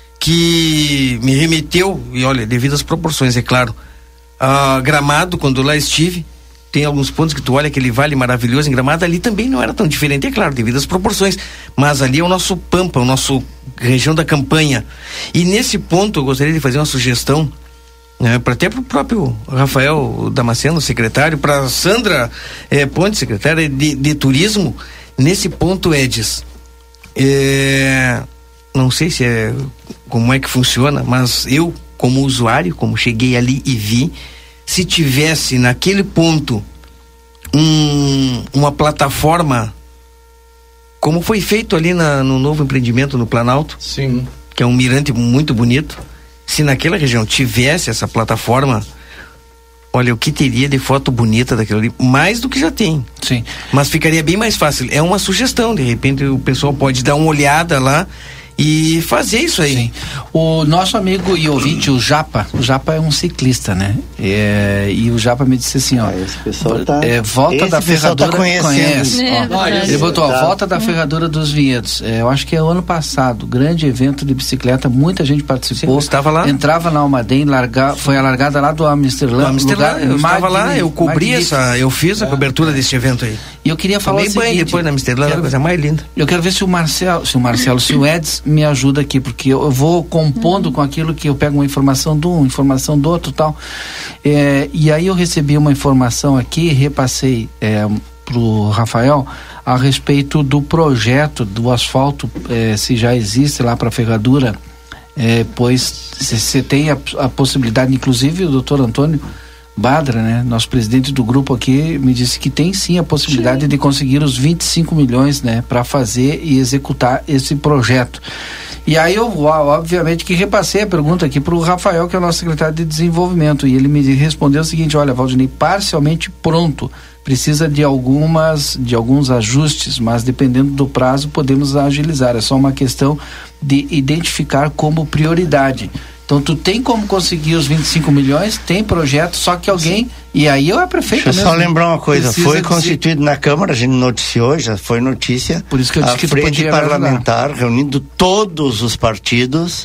que me remeteu, e olha, devido às proporções, é claro, a Gramado, quando lá estive, tem alguns pontos que tu olha aquele vale maravilhoso em Gramado, ali também não era tão diferente, é claro, devido às proporções, mas ali é o nosso Pampa, o nosso região da campanha. E nesse ponto eu gostaria de fazer uma sugestão, É, para até para o próprio Rafael Damasceno, secretário, para Sandra é, Ponte, secretária de, de Turismo, nesse ponto, Edis, é, não sei se é como é que funciona, mas eu, como usuário, como cheguei ali e vi, se tivesse naquele ponto um, uma plataforma, como foi feito ali na, no novo empreendimento no Planalto, sim, que é um mirante muito bonito. Se naquela região tivesse essa plataforma, olha, o que teria de foto bonita daquilo ali, mais do que já tem. Sim. Mas ficaria bem mais fácil. É uma sugestão, de repente o pessoal pode dar uma olhada lá e fazer isso aí. Sim. O nosso amigo e ouvinte, o Japa, o Japa é um ciclista, né? É, e o Japa me disse assim, ó, ah, esse pessoal tá, é, volta esse da Ferradura, tá conhece. É, ó, ele botou, ó, volta da Ferradura dos Vinhedos. É, eu acho que é o ano passado, grande evento de bicicleta, muita gente participou. Sim, estava lá. Entrava na Almaden, larga, foi a largada lá do Amsterdã. Amsterdã, eu estava lá, eu cobri essa, eu fiz a é, cobertura é. desse evento aí. E eu queria falar Tomei o seguinte, banho depois na Amsterdã, a coisa mais linda. Eu quero ver se o Marcelo, se o Marcelo, se o Eds me ajuda aqui, porque eu, eu vou compondo com aquilo que eu pego uma informação de um, informação do outro, tal. É, e aí eu recebi uma informação aqui, repassei é, pro Rafael a respeito do projeto do asfalto, é, se já existe lá para ferradura, é, pois você tem a, a possibilidade, inclusive o doutor Antônio Badra, né, nosso presidente do grupo aqui, me disse que tem sim a possibilidade sim. de conseguir os vinte e cinco milhões, né, para fazer e executar esse projeto. E aí eu, obviamente, que repassei a pergunta aqui para o Rafael, que é o nosso secretário de desenvolvimento, e ele me respondeu o seguinte: olha, Valdinei, parcialmente pronto, precisa de algumas, de alguns ajustes, mas dependendo do prazo podemos agilizar, é só uma questão de identificar como prioridade. Então tu tem como conseguir os vinte e cinco milhões, tem projeto, só que alguém, e aí eu é prefeito Deixa eu mesmo. só lembrar uma coisa, Precisa foi dizer... constituído na Câmara, a gente noticiou, já foi notícia, por isso que eu disse a que tu frente podia parlamentar reunindo todos os partidos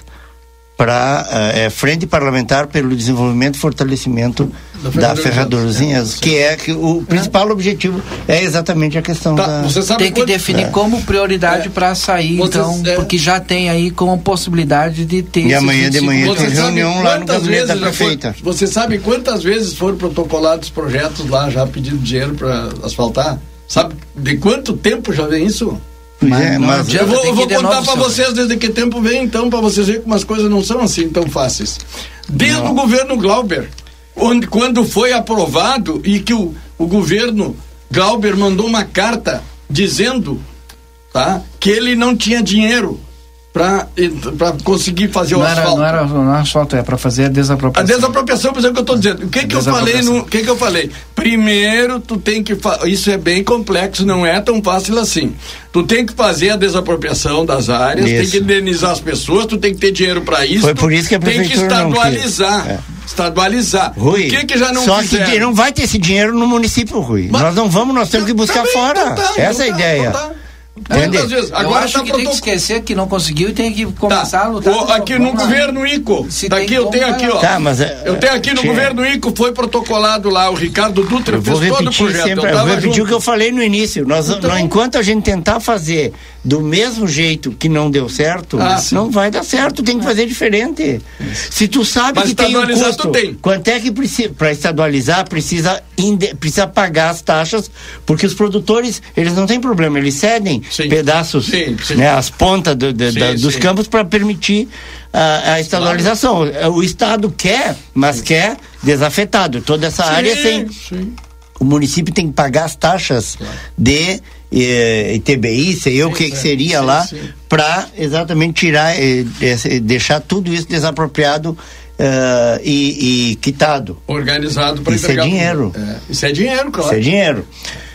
para uh, é, frente parlamentar pelo desenvolvimento e fortalecimento da, da ferradurazinha, que é que o principal é. objetivo é exatamente a questão tá, da... Você sabe tem que quanto... definir é. como prioridade é. para sair, você, então, é. porque já tem aí como possibilidade de ter... E amanhã de manhã tem reunião lá no gabinete da prefeita. For, você sabe quantas vezes foram protocolados projetos lá já pedindo dinheiro para asfaltar? Sabe de quanto tempo já vem isso? Mas, é, mas eu vou, eu vou contar para vocês desde que tempo vem, então, para vocês verem como as coisas não são assim tão fáceis. Desde não. o governo Glauber, onde, quando foi aprovado e que o, o governo Glauber mandou uma carta dizendo, tá, que ele não tinha dinheiro para conseguir fazer o não asfalto. Era, não era não asfalto, é para fazer a desapropriação. A desapropriação, por exemplo, que eu estou dizendo. O que que eu falei? No, o que que eu falei? Primeiro, tu tem que fa- isso é bem complexo, não é tão fácil assim. Tu tem que fazer a desapropriação das áreas, isso. tem que indenizar as pessoas, tu tem que ter dinheiro para isso. Foi por isso que a prefeitura tem que estadualizar. Não é. Estadualizar. Rui, o que que já não só fizeram? que não vai ter esse dinheiro no município, Rui. Mas, nós não vamos, nós temos que buscar também, fora. Então tá, Essa é a então ideia. Tá, Quantas vezes? Agora eu acho tá que protoc... tem que esquecer que não conseguiu e tem que começar tá. a lutar. O, aqui no governo Ico, daqui eu tenho aqui, ó. Tá, mas é, eu tenho aqui no tia. governo Ico, foi protocolado lá, o Ricardo Dutra eu fez todo o projeto. Sempre, eu, eu vou repetir junto. O que eu falei no início. Nós, então, nós, enquanto a gente tentar fazer do mesmo jeito que não deu certo, ah, não vai dar certo, tem que fazer diferente. Se tu sabe mas que tem um custo, tu tem. Quanto é que precisa, para estadualizar, precisa, inde, precisa pagar as taxas, porque os produtores, eles não têm problema, eles cedem sim. pedaços, sim, sim. Né, as pontas do, de, sim, da, dos sim. campos para permitir a, a estadualização. Claro. O Estado quer, mas sim. quer desafetado. Toda essa sim, área sem... Sim. O município tem que pagar as taxas claro. de eh, I T B I, sei eu o que, é. que seria sim, lá, para exatamente tirar, eh, eh, deixar tudo isso desapropriado uh, e, e quitado. Organizado para entregar. Isso é dinheiro. É. Isso é dinheiro, claro. Isso é dinheiro.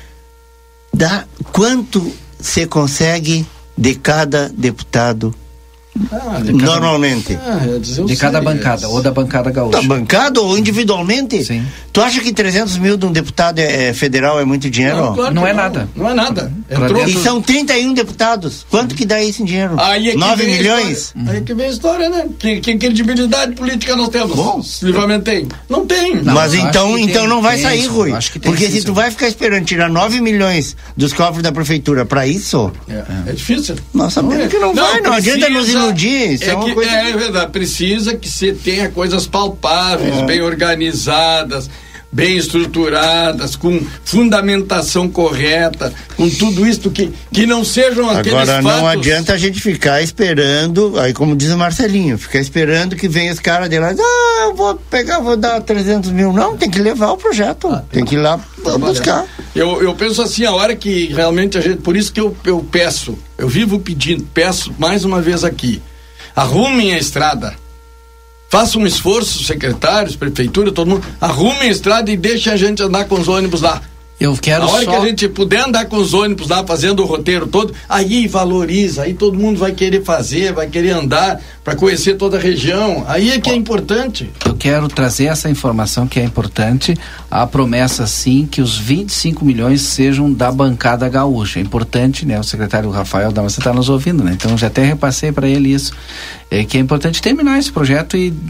Dá quanto você consegue de cada deputado? Ah, de cada, normalmente ah, de cada sei, bancada, é. ou da bancada gaúcha. Da bancada ou individualmente? Sim. Tu acha que trezentos mil de um deputado é, é federal é muito dinheiro? Não, claro não é não. nada. Não é nada. Entrou... E são trinta e um deputados. Quanto que dá isso em dinheiro? Aí é nove milhões? Uhum. Aí que vem a história, né? Que, que credibilidade política nós temos? Bom, livramento tem? Não tem. Não, mas então, então tem, não vai sair, isso, Rui. Porque sim, se tu vai ficar esperando tirar nove milhões dos cofres da prefeitura para isso... É, é difícil. Nós sabemos que não, não vai, não adianta nos iludir. Isso é Que coisa... É verdade, precisa que você tenha coisas palpáveis, é. bem organizadas, bem estruturadas, com fundamentação correta, com tudo isso que, que não sejam aqueles Agora, fatos... não adianta a gente ficar esperando, aí como diz o Marcelinho, ficar esperando que venha os caras de lá, ah, eu vou pegar, vou dar trezentos mil. Não, tem que levar o projeto, ah, tem que ir lá buscar. Eu, eu penso assim, a hora que realmente a gente, por isso que eu, eu peço, eu vivo pedindo, peço mais uma vez aqui, arrumem a estrada, façam um esforço, secretários, prefeitura, todo mundo, arrumem a estrada e deixem a gente andar com os ônibus lá. Eu quero a hora só... que a gente puder andar com os ônibus lá, fazendo o roteiro todo, aí valoriza, aí todo mundo vai querer fazer, vai querer andar para conhecer toda a região, aí é que é importante. Eu quero trazer essa informação que é importante, a promessa sim que os vinte e cinco milhões sejam da bancada gaúcha. É importante, né? O secretário Rafael Dama, você está nos ouvindo, né? Então já até repassei para ele isso, é que é importante terminar esse projeto e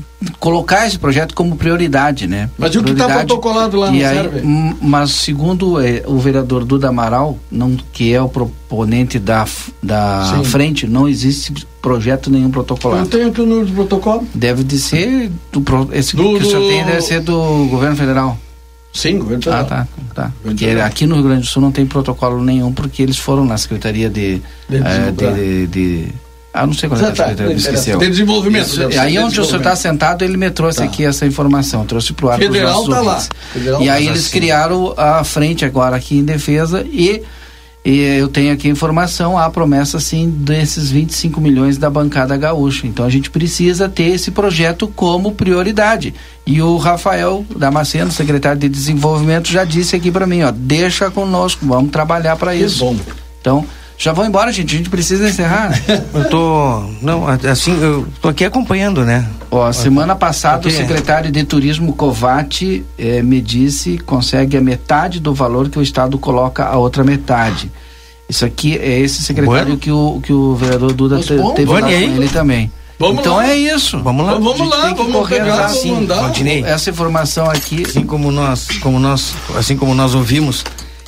colocar esse projeto como prioridade, né? Mas e o que está protocolado lá não e aí, serve? m- Mas segundo é, o vereador Duda Amaral, não, que é o proponente da, da frente, não existe projeto nenhum protocolado. Não tem aqui o número do protocolo? Deve de ser, do, pro- esse Do- que o senhor do- tem deve ser do governo federal. Sim, governo federal. Ah, tá, tá. Porque aqui no Rio Grande do Sul não tem protocolo nenhum, porque eles foram na Secretaria de... De eh, de, de, de ah, não sei qual é a Já tá, secretaria, esqueceu. de desenvolvimento, Isso, deve ser, aí de onde o senhor está sentado, ele me trouxe Tá. aqui essa informação, trouxe pro ar pros Federal nossos tá lá. ouvintes. Federal E tá aí lá, eles sim. criaram a frente agora aqui em defesa e, e eu tenho aqui a informação, há a promessa sim desses vinte e cinco milhões da bancada gaúcha. Então a gente precisa ter esse projeto como prioridade. E o Rafael Damasceno, secretário de Desenvolvimento, já disse aqui para mim, ó, deixa conosco, vamos trabalhar para isso. bom. Então, já vão embora, gente, a gente precisa encerrar, né? Eu tô, não, assim, eu tô aqui acompanhando, né? Ó, semana passada Ok. o secretário de Turismo Covatti eh, me disse que consegue a metade do valor que o Estado coloca a outra metade. Isso aqui é esse secretário Bueno. que o, que o vereador Duda te, bom, teve lá com Vani aí. ele também. Vamos então lá. é isso. Vamos lá. Então vamos A gente lá, tem que vamos correr pegar, atrás. vamos mandar. Valdinei. Essa informação aqui. Assim como nós, como nós, assim como nós ouvimos,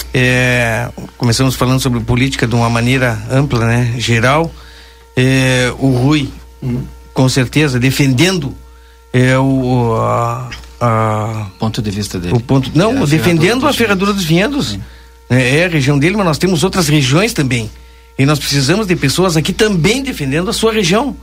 é, começamos falando sobre política de uma maneira ampla, né, geral. É, o Rui, com certeza, defendendo é, o a, a, ponto de vista dele. o ponto, não, É, a defendendo Ferradura a Ferradura dos Vinhedos. É, é a região dele, mas nós temos outras regiões também. E nós precisamos de pessoas aqui também defendendo a sua região.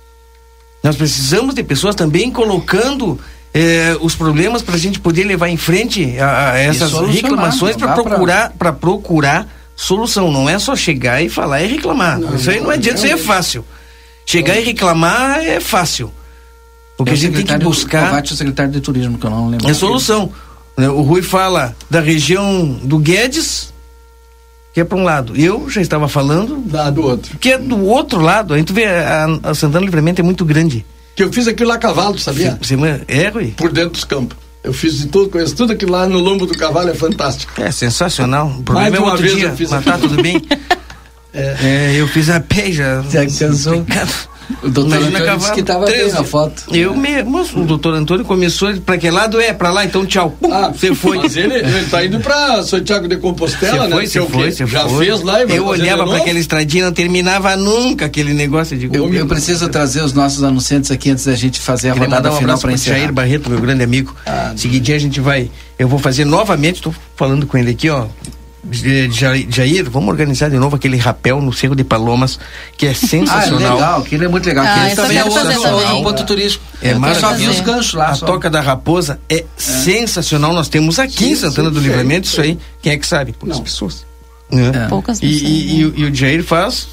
Nós precisamos de pessoas também colocando eh, os problemas para a gente poder levar em frente a, a essas solucionar, reclamações não para dá procurar para procurar solução. Não é só chegar e falar e reclamar. Não, isso aí não não, adianta, isso aí é não. fácil. Chegar e reclamar é fácil. Porque É o a gente tem que secretário buscar Covatti, o secretário de Turismo, que eu não lembro. a solução. Né, o Rui fala da região do Guedes, que é para um lado. Eu já estava falando da do outro. Que é do outro lado. A gente vê a, a Santana Livramento é muito grande. Que eu fiz aquilo lá a cavalo, sabia? Você, é, Rui? Por dentro dos campos. Eu fiz de tudo, conheço tudo aquilo lá no lombo do cavalo, é fantástico. É sensacional. O problema Mais de é uma outro vez dia, eu fiz mas tá aquilo. tudo bem. é. É, eu fiz a pé já. Já cansou? O doutor Imagina Antônio disse que estava bem na foto. Eu mesmo, o doutor Antônio começou, pra que lado é? Pra lá, então tchau. Pum, Ah, você foi. Mas ele, ele tá indo pra Santiago de Compostela, Você né? foi, Que é você o foi, quê? você Já foi. fez lá e vai Eu fazer olhava de pra novo? aquela estradinha, não terminava nunca aquele negócio de. Eu, eu preciso trazer os nossos anunciantes aqui antes da gente fazer a Queria rodada mandar um final abraço para pro encerrar. Jair Barreto, meu grande amigo. Ah, Seguidinho a gente vai. Eu vou fazer novamente, tô falando com ele aqui, ó. de- de Jair, Jair, vamos organizar de novo aquele rapel no Cerro de Palomas, que é Ah, é sensacional. legal, aquilo é muito legal. Ah, Aquilo isso também eu é quero fazer outro, também. um ponto turístico. É eu só maravilhoso. vi os ganchos lá. A só. Toca da Raposa é, sensacional. Nós temos aqui em Santana do Livramento isso aí. Quem é que sabe? Poucas pessoas. Né? Poucas E, pessoas, e, e, o- e o Jair faz.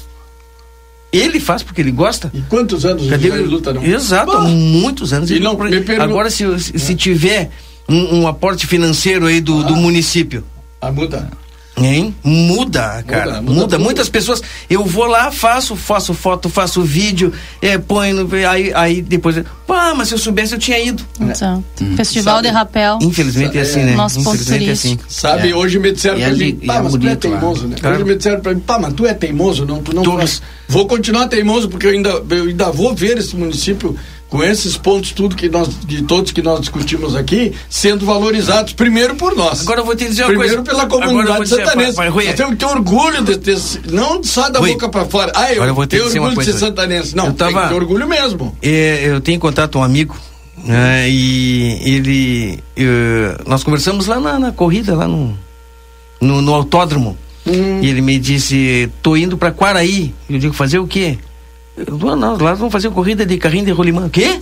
Ele faz porque ele gosta. E quantos anos Cadê o Jair luta, não? Exato, há Bah. muitos anos. E Ele não, não- me pergunto- Agora, se, se se tiver um, um aporte financeiro aí do, do município. Ah, muda. Hein? Muda, cara. Muda, muda tudo. Muitas pessoas. Eu vou lá, faço, faço foto, faço vídeo, é, põe no. Aí, aí depois. Ah, mas se eu soubesse, eu tinha ido. Exato. Festival Sabe? de rapel. Infelizmente é, assim, né? Nosso ponto Infelizmente é assim. turístico. Sabe, É. hoje me disseram E pra é mim, li- pá, e é mas tu é bonito lá. teimoso, né? Claro. Hoje me disseram pra mim, pá, mas tu é teimoso, não, tu não Tu- vai. Vou continuar teimoso, porque eu ainda, eu ainda vou ver esse município com esses pontos, tudo que nós, de todos que nós discutimos aqui, sendo valorizados primeiro por nós. Agora eu vou te dizer uma Primeiro coisa. pela Agora eu comunidade vou dizer, santanense. vai, vai, Rui. Nós temos que ter orgulho de ter, não só da Rui. boca pra fora. Ah, eu, Agora eu vou te tenho dizer uma orgulho de ser coisa. santanense. Não, Eu tava- tem que ter orgulho mesmo. É, eu tenho contato com um amigo, né, e ele. eh, nós conversamos lá na, na corrida, lá no, no, no autódromo. E ele me disse: tô indo pra Quaraí. Eu digo: fazer o quê? Eu, não, não, lá vamos fazer corrida de carrinho de rolimã. Quê?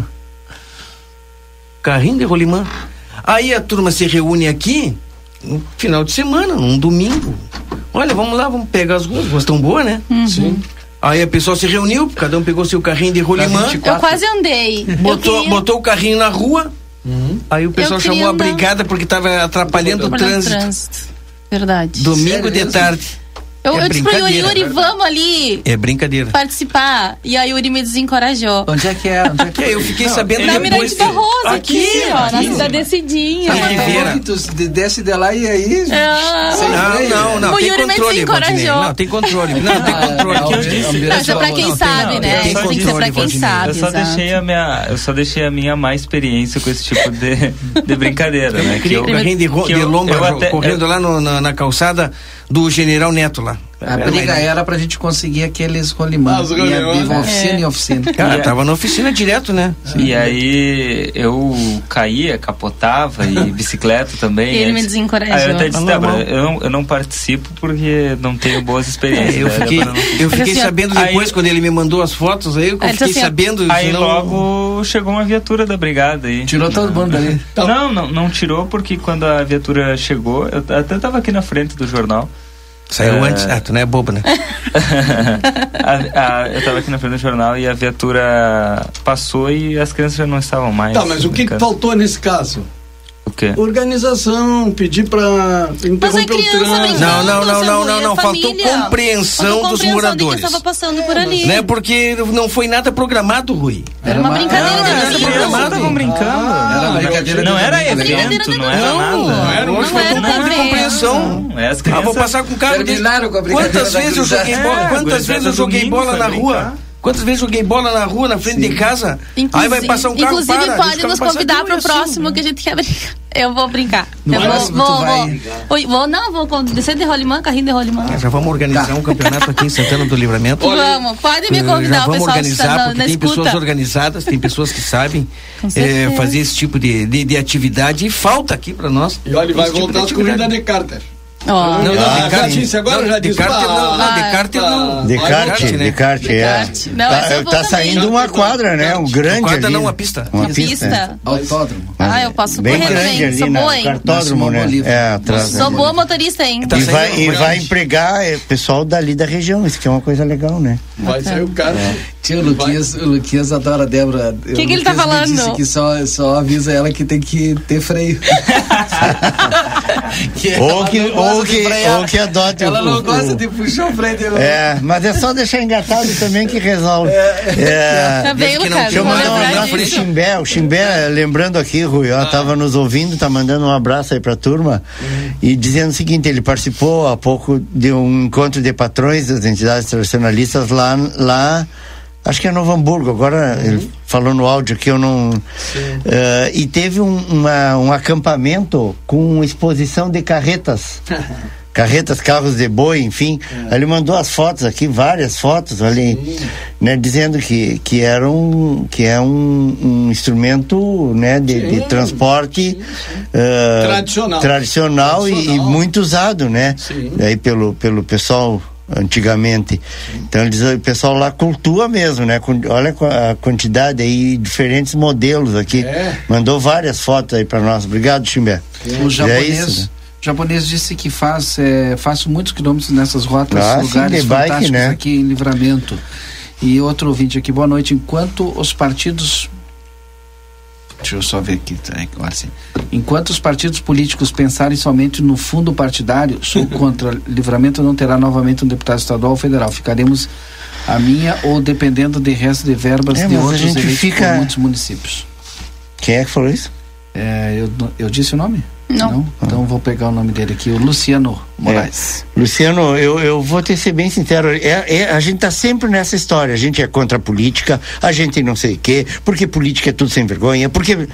Carrinho de rolimã. Aí a turma se reúne aqui no final de semana, num domingo. Olha, vamos lá, vamos pegar as ruas, ruas tão boas, né? Sim. Aí a pessoa se reuniu, cada um pegou seu carrinho de rolimã. Eu quase andei. Eu Botou, queria- botou o carrinho na rua. Aí o pessoal Eu queria chamou a andar. brigada porque estava atrapalhando o Por dentro do trânsito. trânsito. Verdade. Domingo Sério de mesmo? tarde. Eu, é eu disse pro Yuri, Yuri, né? vamos ali É brincadeira. participar. E aí o Yuri me desencorajou. Onde é que é? Onde é que é? Eu fiquei Não, sabendo Na depois. Mirante da Rosa, aqui, Aqui, ó, aqui. na Cidade Decidinha. Em Ribeira. Tu desce de lá e aí... Ah. sem Não, freio. não, não. O Tem Yuri me controle, Valdinei. desencorajou. Não, tem controle. Não, tem controle. Ah, que eu não, disse. não, Não, isso é pra quem Não, sabe, tem- né? tem Isso tem que ser pra controle, quem Valdinei. sabe. Eu só, exato. deixei a minha, eu só deixei a minha má experiência com esse tipo de, de brincadeira, né? Queria eu- carrinho de, ro- que de eu- lomba eu até- correndo eu- lá no- na, na calçada do General Neto lá. A briga era pra gente conseguir aqueles rolimãs. Ah, os E rolimãs. a oficina É. e oficina. Cara, tava na oficina direto, né? E aí eu caía, capotava e bicicleta também. E ele me antes. desencorajou. Aí eu até disse, Ah, Débora, normal. eu não, eu não participo porque não tenho boas experiências. É, eu né, fiquei, Débora? Não- eu fiquei assim, ó, sabendo aí- depois, quando ele me mandou as fotos, aí eu Aí ele fiquei disse assim, ó, sabendo. Aí senão- logo chegou uma viatura da brigada aí. Tirou todo mundo dali. Não, não, não tirou porque quando a viatura chegou, eu até tava aqui na frente do jornal. Saiu É. antes. Ah, tu não é bobo, né? a, a, eu tava aqui na frente do jornal e a viatura passou e as crianças já não estavam mais. Tá, mas o que, que brincando. faltou nesse caso? O quê? Organização, pedir pra interromper o criança trânsito. brincando, Não, não, não, seu não, Rui, não, a não. Faltou família. compreensão Faltou dos compreensão moradores. de que estava passando por ali. Né? Porque não foi nada programado, Rui. Era uma brincadeira Não, de era vizinhos. programado. Estavam brincando. Era uma brincadeira não de era domingo, evento, brincadeira não de era Não, nada. não era, Não mas foi era falta de evento. compreensão. Não, é as Ah, crianças... vou passar com o carro. Terminaram com a brincadeira Quantas da vezes eu cruzada. joguei bola? É, Quantas gurizada vezes eu joguei domingo bola foi na brincar. rua? Quantas vezes eu joguei bola na rua, na frente de casa? Inclusive, Aí vai passar um carro, inclusive para, deixa o pode carro nos passar, convidar não é pro assim, próximo né? que a gente quer brincar. Eu vou brincar. No eu próximo vou, tu vou, vai. vou, vou, não, vou con- descer de rolimã, carrinho de rolimã. Ah, já vamos organizar um campeonato aqui em Santana do Livramento. Vamos, pode me Eh, convidar, já o vamos pessoal que está organizar, na, porque na tem pessoas escuta. organizadas, tem pessoas que sabem Com eh, certeza. fazer esse tipo de, de, de atividade e falta aqui pra nós. E olha, vai esse tipo voltar as atividade. corridas de Carter. Ó. Não, não, Ah, de kart, já disse agora, não, já de disse. kart não, não, Ah, de kart não. Descarte, né? Descarte, é. Descarte. Não, Tá, essa eu vou tá também. saindo uma quadra, né? Um grande Quadra ali. não, né? uma pista. Uma Uma pista. pista. Autódromo. Ah, eu posso Bem correr grande também. ali, Sou né? boa, hein? Cartódromo, né? Livre. É, atrás. Sou né? boa motorista, hein? Tá E saindo vai, e uma vai grande. empregar é, pessoal dali da região, isso que é uma coisa legal, né? Vai sair o cara. Tio, o Luquinhas, o Luquinhas adora a Débora. O que ele tá falando? Disse que só, só avisa ela que tem que ter freio. que Ou ela que, não gosta ou de que, frear. ou que adote Ela o- não o- gosta de puxar o freio dela. É, mas é só deixar engatado também que resolve. É, Tá bem, que não Lucas. tinha vou uma- Mandar um lembrar abraço pro disso. Chimbé. O Chimbé, lembrando aqui, Rui, ó, tava nos ouvindo, tá mandando um abraço aí pra turma e dizendo o seguinte: ele participou há pouco de um encontro de patrões das entidades tradicionalistas lá, lá acho que é Novo Hamburgo, agora ele falou no áudio que eu não. Eh, e teve um, uma, um acampamento com exposição de carretas. Carretas, carros de boi, enfim. Aí ele mandou as fotos aqui, várias fotos ali, né, dizendo que, que era um, que é um, um instrumento, né, de, de transporte eh, Tradicional. tradicional, e- E, Tradicional. muito usado, né? Sim. Aí pelo, pelo pessoal antigamente. Então eles, o pessoal lá cultua mesmo, né? Com- olha a quantidade aí, diferentes modelos aqui. É. Mandou várias fotos aí para nós. Obrigado, Chimbé. O É japonês, isso, né? o japonês disse que faz, é, faço muitos quilômetros nessas rotas, Ah, sim, lugares de bike, fantásticos né? aqui em Livramento. E outro ouvinte aqui, boa noite. Enquanto os partidos. Deixa eu só ver aqui, tá, agora sim. Enquanto os partidos políticos pensarem somente no fundo partidário, sou contra. Livramento não terá novamente um deputado estadual ou federal. Ficaremos a minha ou dependendo de resto de verbas É, de mas a outros gente eleitos fica- por muitos municípios. Quem é que falou isso? É, eu, eu disse o nome? Não. Então vou pegar o nome dele aqui, o Luciano Moraes. É. Luciano, eu, eu vou ter que ser bem sincero, é, é, a gente tá sempre nessa história, a gente é contra a política, a gente não sei o quê, porque política é tudo sem vergonha, porque...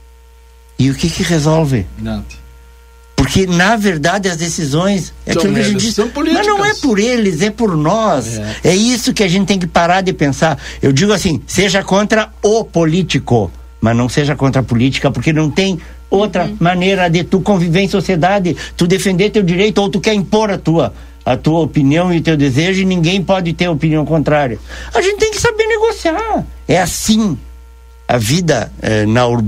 E o que que resolve? Nada. Porque, na verdade, as decisões... É São aquilo que a gente eles, diz, são políticas. mas não é por eles, é por nós. É. isso que a gente tem que parar de pensar. Eu digo assim, seja contra o político, mas não seja contra a política, porque não tem outra Uhum. maneira de tu conviver em sociedade, tu defender teu direito, ou tu quer impor a tua, a tua opinião e teu desejo, e ninguém pode ter opinião contrária. A gente tem que saber negociar. É assim. A vida eh, na, ur-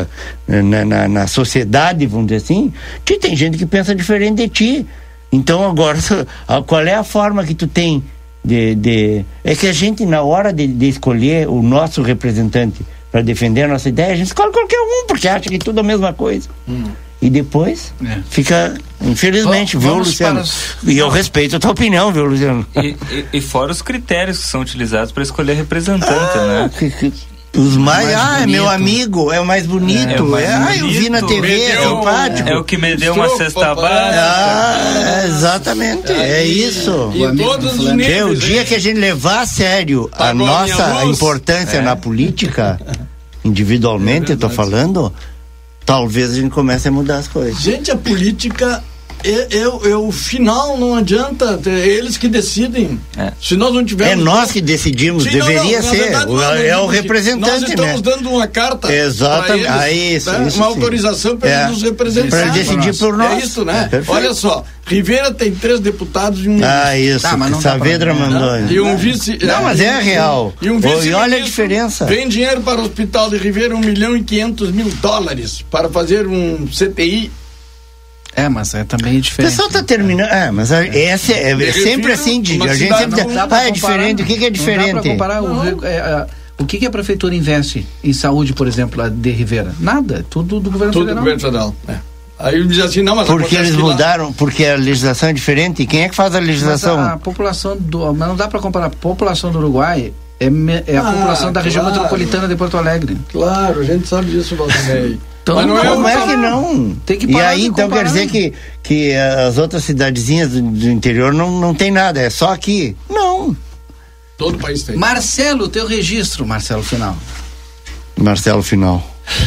eh, na, na, na sociedade, vamos dizer assim, que tem gente que pensa diferente de ti. Então agora, a- qual é a forma que tu tem de... de... É que a gente, na hora de, de escolher o nosso representante para defender a nossa ideia, a gente escolhe qualquer um, porque acha que tudo é a mesma coisa. Hum. e depois é. fica, infelizmente, vamos, viu, vamos Luciano? os... E eu respeito a tua opinião, viu, Luciano? E, e, e fora os critérios que são utilizados para escolher representante, ah, né? Que, que, os mais, mais ah, bonito. É meu amigo, é o mais bonito. É, é, mais é bonito. Ah, eu vi na T V, é simpático. É o que me deu uma cesta básica. Ah, exatamente, é, é isso. E todos os níveis, o dia que a gente levar a sério a Pagou nossa a importância é. na política, individualmente, é eu tô falando, talvez a gente comece a mudar as coisas. Gente, a política é, é, é o final, não adianta, é eles que decidem. É. Se nós não tivermos... É nós que decidimos, Sim, deveria não, não, ser. Verdade, o, é o representante, nós estamos né? dando uma carta. Exatamente. Eles, ah, isso, né? isso, uma sim. autorização para é. eles nos representarem. Para decidir por nós. É isso, né? É Olha só, Rivera tem três deputados e um ministro. Ah, isso, ah, que Saavedra mandou. E um vice... Não, mas é real. E um vice e olha a diferença. Vem dinheiro para o Hospital de Rivera, um milhão e quinhentos mil dólares para fazer um C T I. É, mas é também diferente. O pessoal está terminando. É, mas a, essa é, é sempre assim, de, a gente sempre diz, ah, é diferente. O que, que é diferente? Não dá para comparar o, é, é, o que, que a prefeitura investe em saúde, por exemplo, a de Rivera? Nada, tudo do governo tudo federal. Tudo do governo federal, é. Aí diz assim, não, mas porque eles mudaram, lá. Porque a legislação é diferente. Quem é que faz a legislação? Mas a, a população do, mas não dá para comparar. A população do Uruguai é, me, é a ah, população da claro. região metropolitana de Porto Alegre. Claro, a gente sabe disso, Valdinei. Então, mas não é, como é que não? Tem que parar. E aí, então, quer dizer que, que as outras cidadezinhas do, do interior não, não tem nada, é só aqui? Não. Todo o país tem. Marcelo, teu registro, Marcelo Final. Marcelo Final.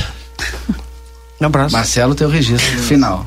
Um abraço. Marcelo, teu registro final.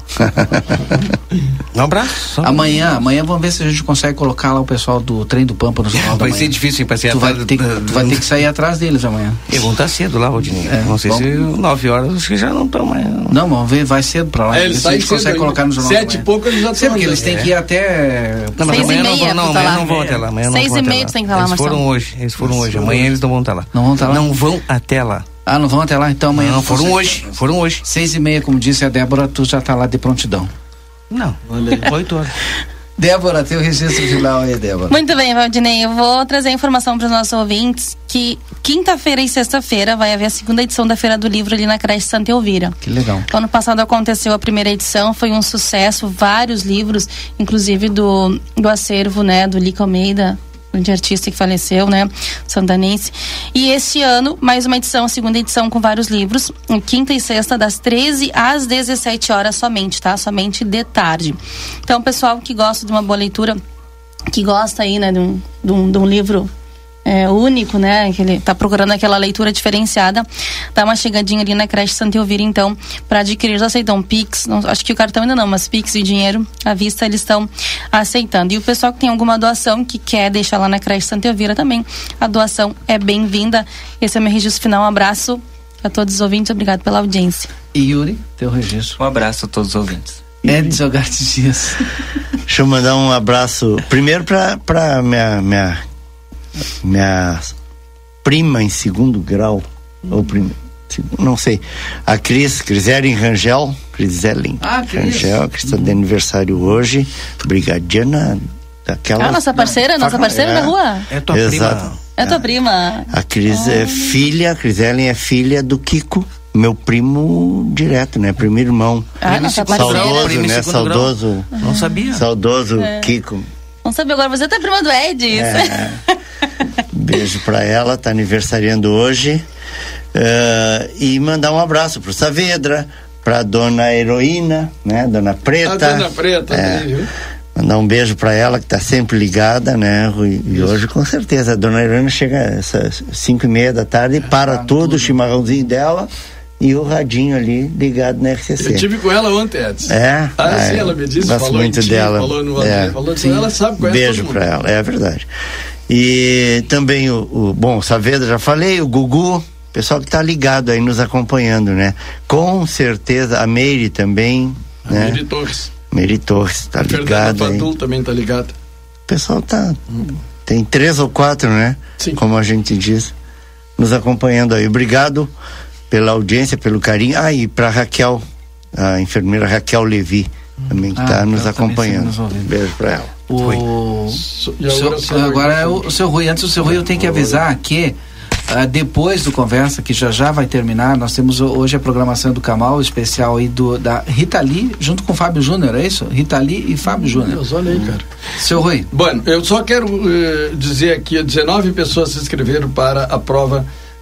Um abraço. Amanhã, amanhã vamos ver se a gente consegue colocar lá o pessoal do Trem do Pampa no Jornal da Manhã. Vai ser difícil, hein, tu vai, ter, tu vai ter que sair atrás deles amanhã. E vão estar cedo lá, Valdinei. É, não sei bom. se nove horas, acho que já não estão mais. Não, vamos ver, vai cedo pra lá. É, eles a gente consegue aí, colocar no Jornal Sete e pouco eles já estão. Porque eles têm é. que ir até... Não, mas Seis amanhã e meia, não vão, não, amanhã não vão até lá. Amanhã Seis não e meia tu tem que estar lá, Eles Marcelo. foram hoje, eles foram hoje. Amanhã eles não vão estar lá. Não vão estar lá? Não vão até lá. Ah, não vão até lá? Então amanhã... Não, foram hoje, foram hoje. Seis e meia, como disse a Débora, tu já tá lá de prontidão. Não, oito horas. Débora, teu registro final aí, Débora. Muito bem, Valdinei, eu vou trazer a informação para os nossos ouvintes que quinta-feira e sexta-feira vai haver a segunda edição da Feira do Livro ali na creche Santa Elvira. Que legal. Ano passado aconteceu a primeira edição, foi um sucesso, vários livros, inclusive do, do acervo, né, do Lico Almeida, de artista que faleceu, né, santanense. E este ano, mais uma edição, a segunda edição com vários livros, quinta e sexta, das treze às dezessete horas somente, tá? Somente de tarde. Então, pessoal que gosta de uma boa leitura, que gosta aí, né, de um, de um, de um livro é, único, né, que ele tá procurando aquela leitura diferenciada, dá uma chegadinha ali na creche Santa Elvira, então, para adquirir. Eles aceitam Pix, não, acho que o cartão ainda não, mas Pix e dinheiro à vista eles estão aceitando. E o pessoal que tem alguma doação, que quer deixar lá na creche Santa Elvira também, a doação é bem-vinda. Esse é o meu registro final, um abraço a todos os ouvintes, obrigado pela audiência. E Yuri, teu registro. Um abraço a todos os ouvintes. Edson Gartes Dias. Deixa eu mandar um abraço, primeiro para para minha, minha minha prima em segundo grau, hum. ou primeiro, não sei, a Cris, Criselin Rangel, Criselin ah, Rangel, que está de aniversário hoje, brigadiana daquela... Ah, nossa parceira, nossa parceira é, da rua. É tua Exato. prima. É tua prima. A Cris oh. é filha, a Criselin é filha do Kiko, meu primo direto, né, primo irmão. Ah, nossa saudoso, parceira. né, saudoso. Uhum. Não sabia. Saudoso é. Kiko. Não sabia, agora você é prima do Ed. É. Beijo pra ela, tá aniversariando hoje. Uh, e mandar um abraço pro Saavedra, pra dona Heroína, né? Dona Preta. A dona Preta, é, também, viu? Mandar um beijo pra ela, que tá sempre ligada, né? E, e hoje, com certeza, a dona Heroína chega às cinco e meia da tarde e para ah, tudo, tudo, o chimarrãozinho dela e o radinho ali ligado na R C C. Eu tive com ela ontem, Edson. É? Ah, ah sim, ela me disse, gosto falou muito ti, dela. Falou no é. falou sim. Ela sabe qual é. Beijo pra ela, é verdade. E também o, o bom, o Saavedra já falei, o Gugu, pessoal que tá ligado aí, nos acompanhando, né? Com certeza, a Meire também, a né? Meire Torres. Meire Torres, tá ligado aí. A Fatul também tá ligado. O pessoal tá, hum. tem três ou quatro, né? Sim. Como a gente diz, nos acompanhando aí. Obrigado pela audiência, pelo carinho. Ah, e pra Raquel, a enfermeira Raquel Levi, também que ah, tá nos acompanhando. Nos beijo pra ela. O... So, seu, agora é o, o seu Rui. Antes do seu Rui, eu tenho que avisar que uh, depois do Conversa, que já já vai terminar, nós temos hoje a programação do Camal, especial aí do, da Rita Lee, junto com o Fábio Júnior, é isso? Rita Lee e Fábio Júnior. Olha aí, cara. Seu Rui. Bom, eu só quero uh, dizer aqui, dezenove pessoas se inscreveram para a prova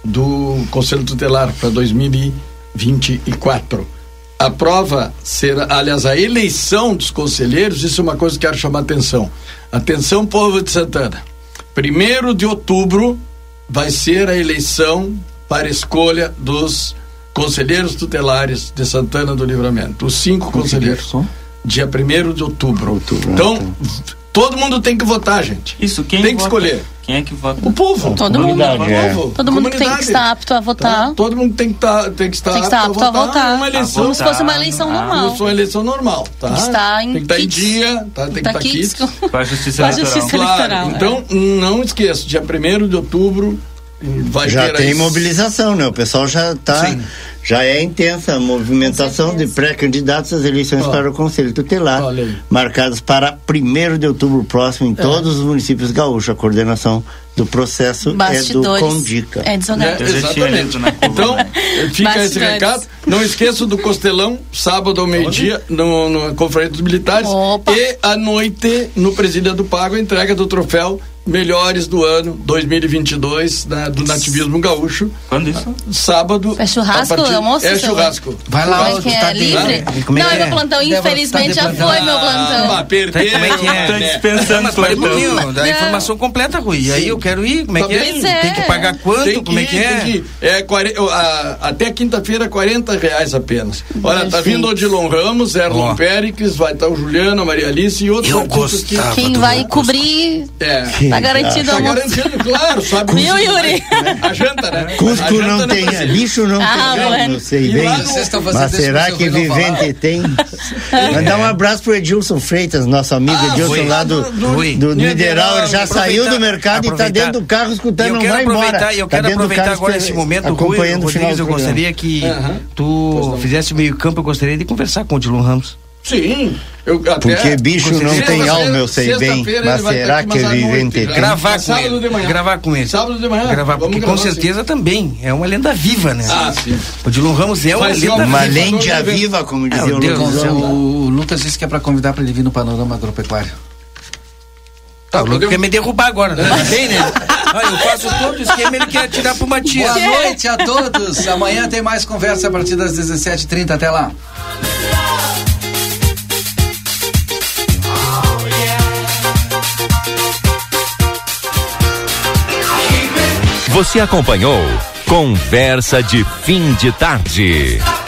do Conselho Tutelar para dois mil e vinte e quatro. A prova será, aliás, a eleição dos conselheiros, isso é uma coisa que quero chamar a atenção. Atenção, povo de Santana. Primeiro de outubro vai ser a eleição para escolha dos conselheiros tutelares de Santana do Livramento. Os cinco conselheiros. Dia primeiro de outubro. outubro. Então, todo mundo tem que votar, gente. Isso, quem tem que vota? escolher. Quem é que vota? O povo. Todo mundo. É. Povo. Todo mundo tem que estar apto a votar. Tá? Todo mundo tem que, tá, tem que estar, tem que estar apto, apto a votar. A votar. Uma eleição, Como se fosse uma eleição normal. Como se fosse uma eleição normal. Tá? Tem que estar em, tem que estar em dia, tá? Tem que estar aqui. Com a justiça eleitoral. Justiça claro. eleitoral Então, é. não esqueça, dia primeiro de outubro vai já ter tem aí... mobilização, né? O pessoal já está, já é intensa a movimentação de pré-candidatos às eleições oh. para o Conselho Tutelar, marcadas para primeiro de outubro próximo em é. todos os municípios gaúchos. A coordenação do processo Bastidores. é do Condica. É é, exatamente. Então, fica Bastidores. esse recado. Não esqueça do Costelão, sábado ao meio-dia, no, no Conferência dos Militares. Opa. E à noite, no Presídio do Pago, a entrega do troféu Melhores do Ano dois mil e vinte e dois, né, do Nativismo Gaúcho. Quando isso? Sábado. É churrasco? Partir... Almoço? É churrasco. Vai lá, como é que é? tá Livre? Como é não, que é meu plantão, infelizmente já foi meu plantão. Ah, perdeu. Como é que é? Tô dispensando mas peraí um pouquinho, dá a informação completa, Rui. E aí eu quero ir, como é que é? é? Tem que pagar quanto? Tem que como é que ir, é? Tem que ir. É, quare... a, até quinta-feira, quarenta reais apenas. Olha, tá vindo o Odilon Ramos, Erlon oh. Péricles, vai estar o Juliano, a Maria Alice e outros artistas que... Quem vai cobrir é. tá garantido. Tá garantido, claro, sabe? Viu, Yuri? A janta, né? Cusco não tem, é, bicho não ah, tem, bueno. não sei bem. Mas será que Vivente tem? Mandar um abraço pro Edilson Freitas, nosso amigo ah, Edilson lá do, do, do Nideral. Ele já saiu do mercado e tá dentro do carro escutando, não vai embora. Eu quero tá aproveitar agora esse momento, Rui, Rodrigues, eu gostaria que uh-huh. tu fizesse meio campo, eu gostaria de conversar com o Odilon Ramos. Sim, eu até porque bicho não tem alma, eu sei bem, mas será que é Vivente tem? Gravar com ele, gravar com ele. Sábado de manhã. Gravar, porque com certeza também é uma lenda viva, né? Ah, sim. O Odilon Ramos é uma lenda viva. Uma lenda viva, como dizia o Lucas. O Lucas disse que é pra convidar pra ele vir no Panorama Agropecuário. Tá, o Lucas quer me derrubar agora, né? Bem, né? Olha, eu faço todo o esquema, ele quer tirar pro Matias. Boa noite a todos. Amanhã tem mais conversa a partir das dezessete e trinta. Até lá. Você acompanhou Conversa de Fim de Tarde.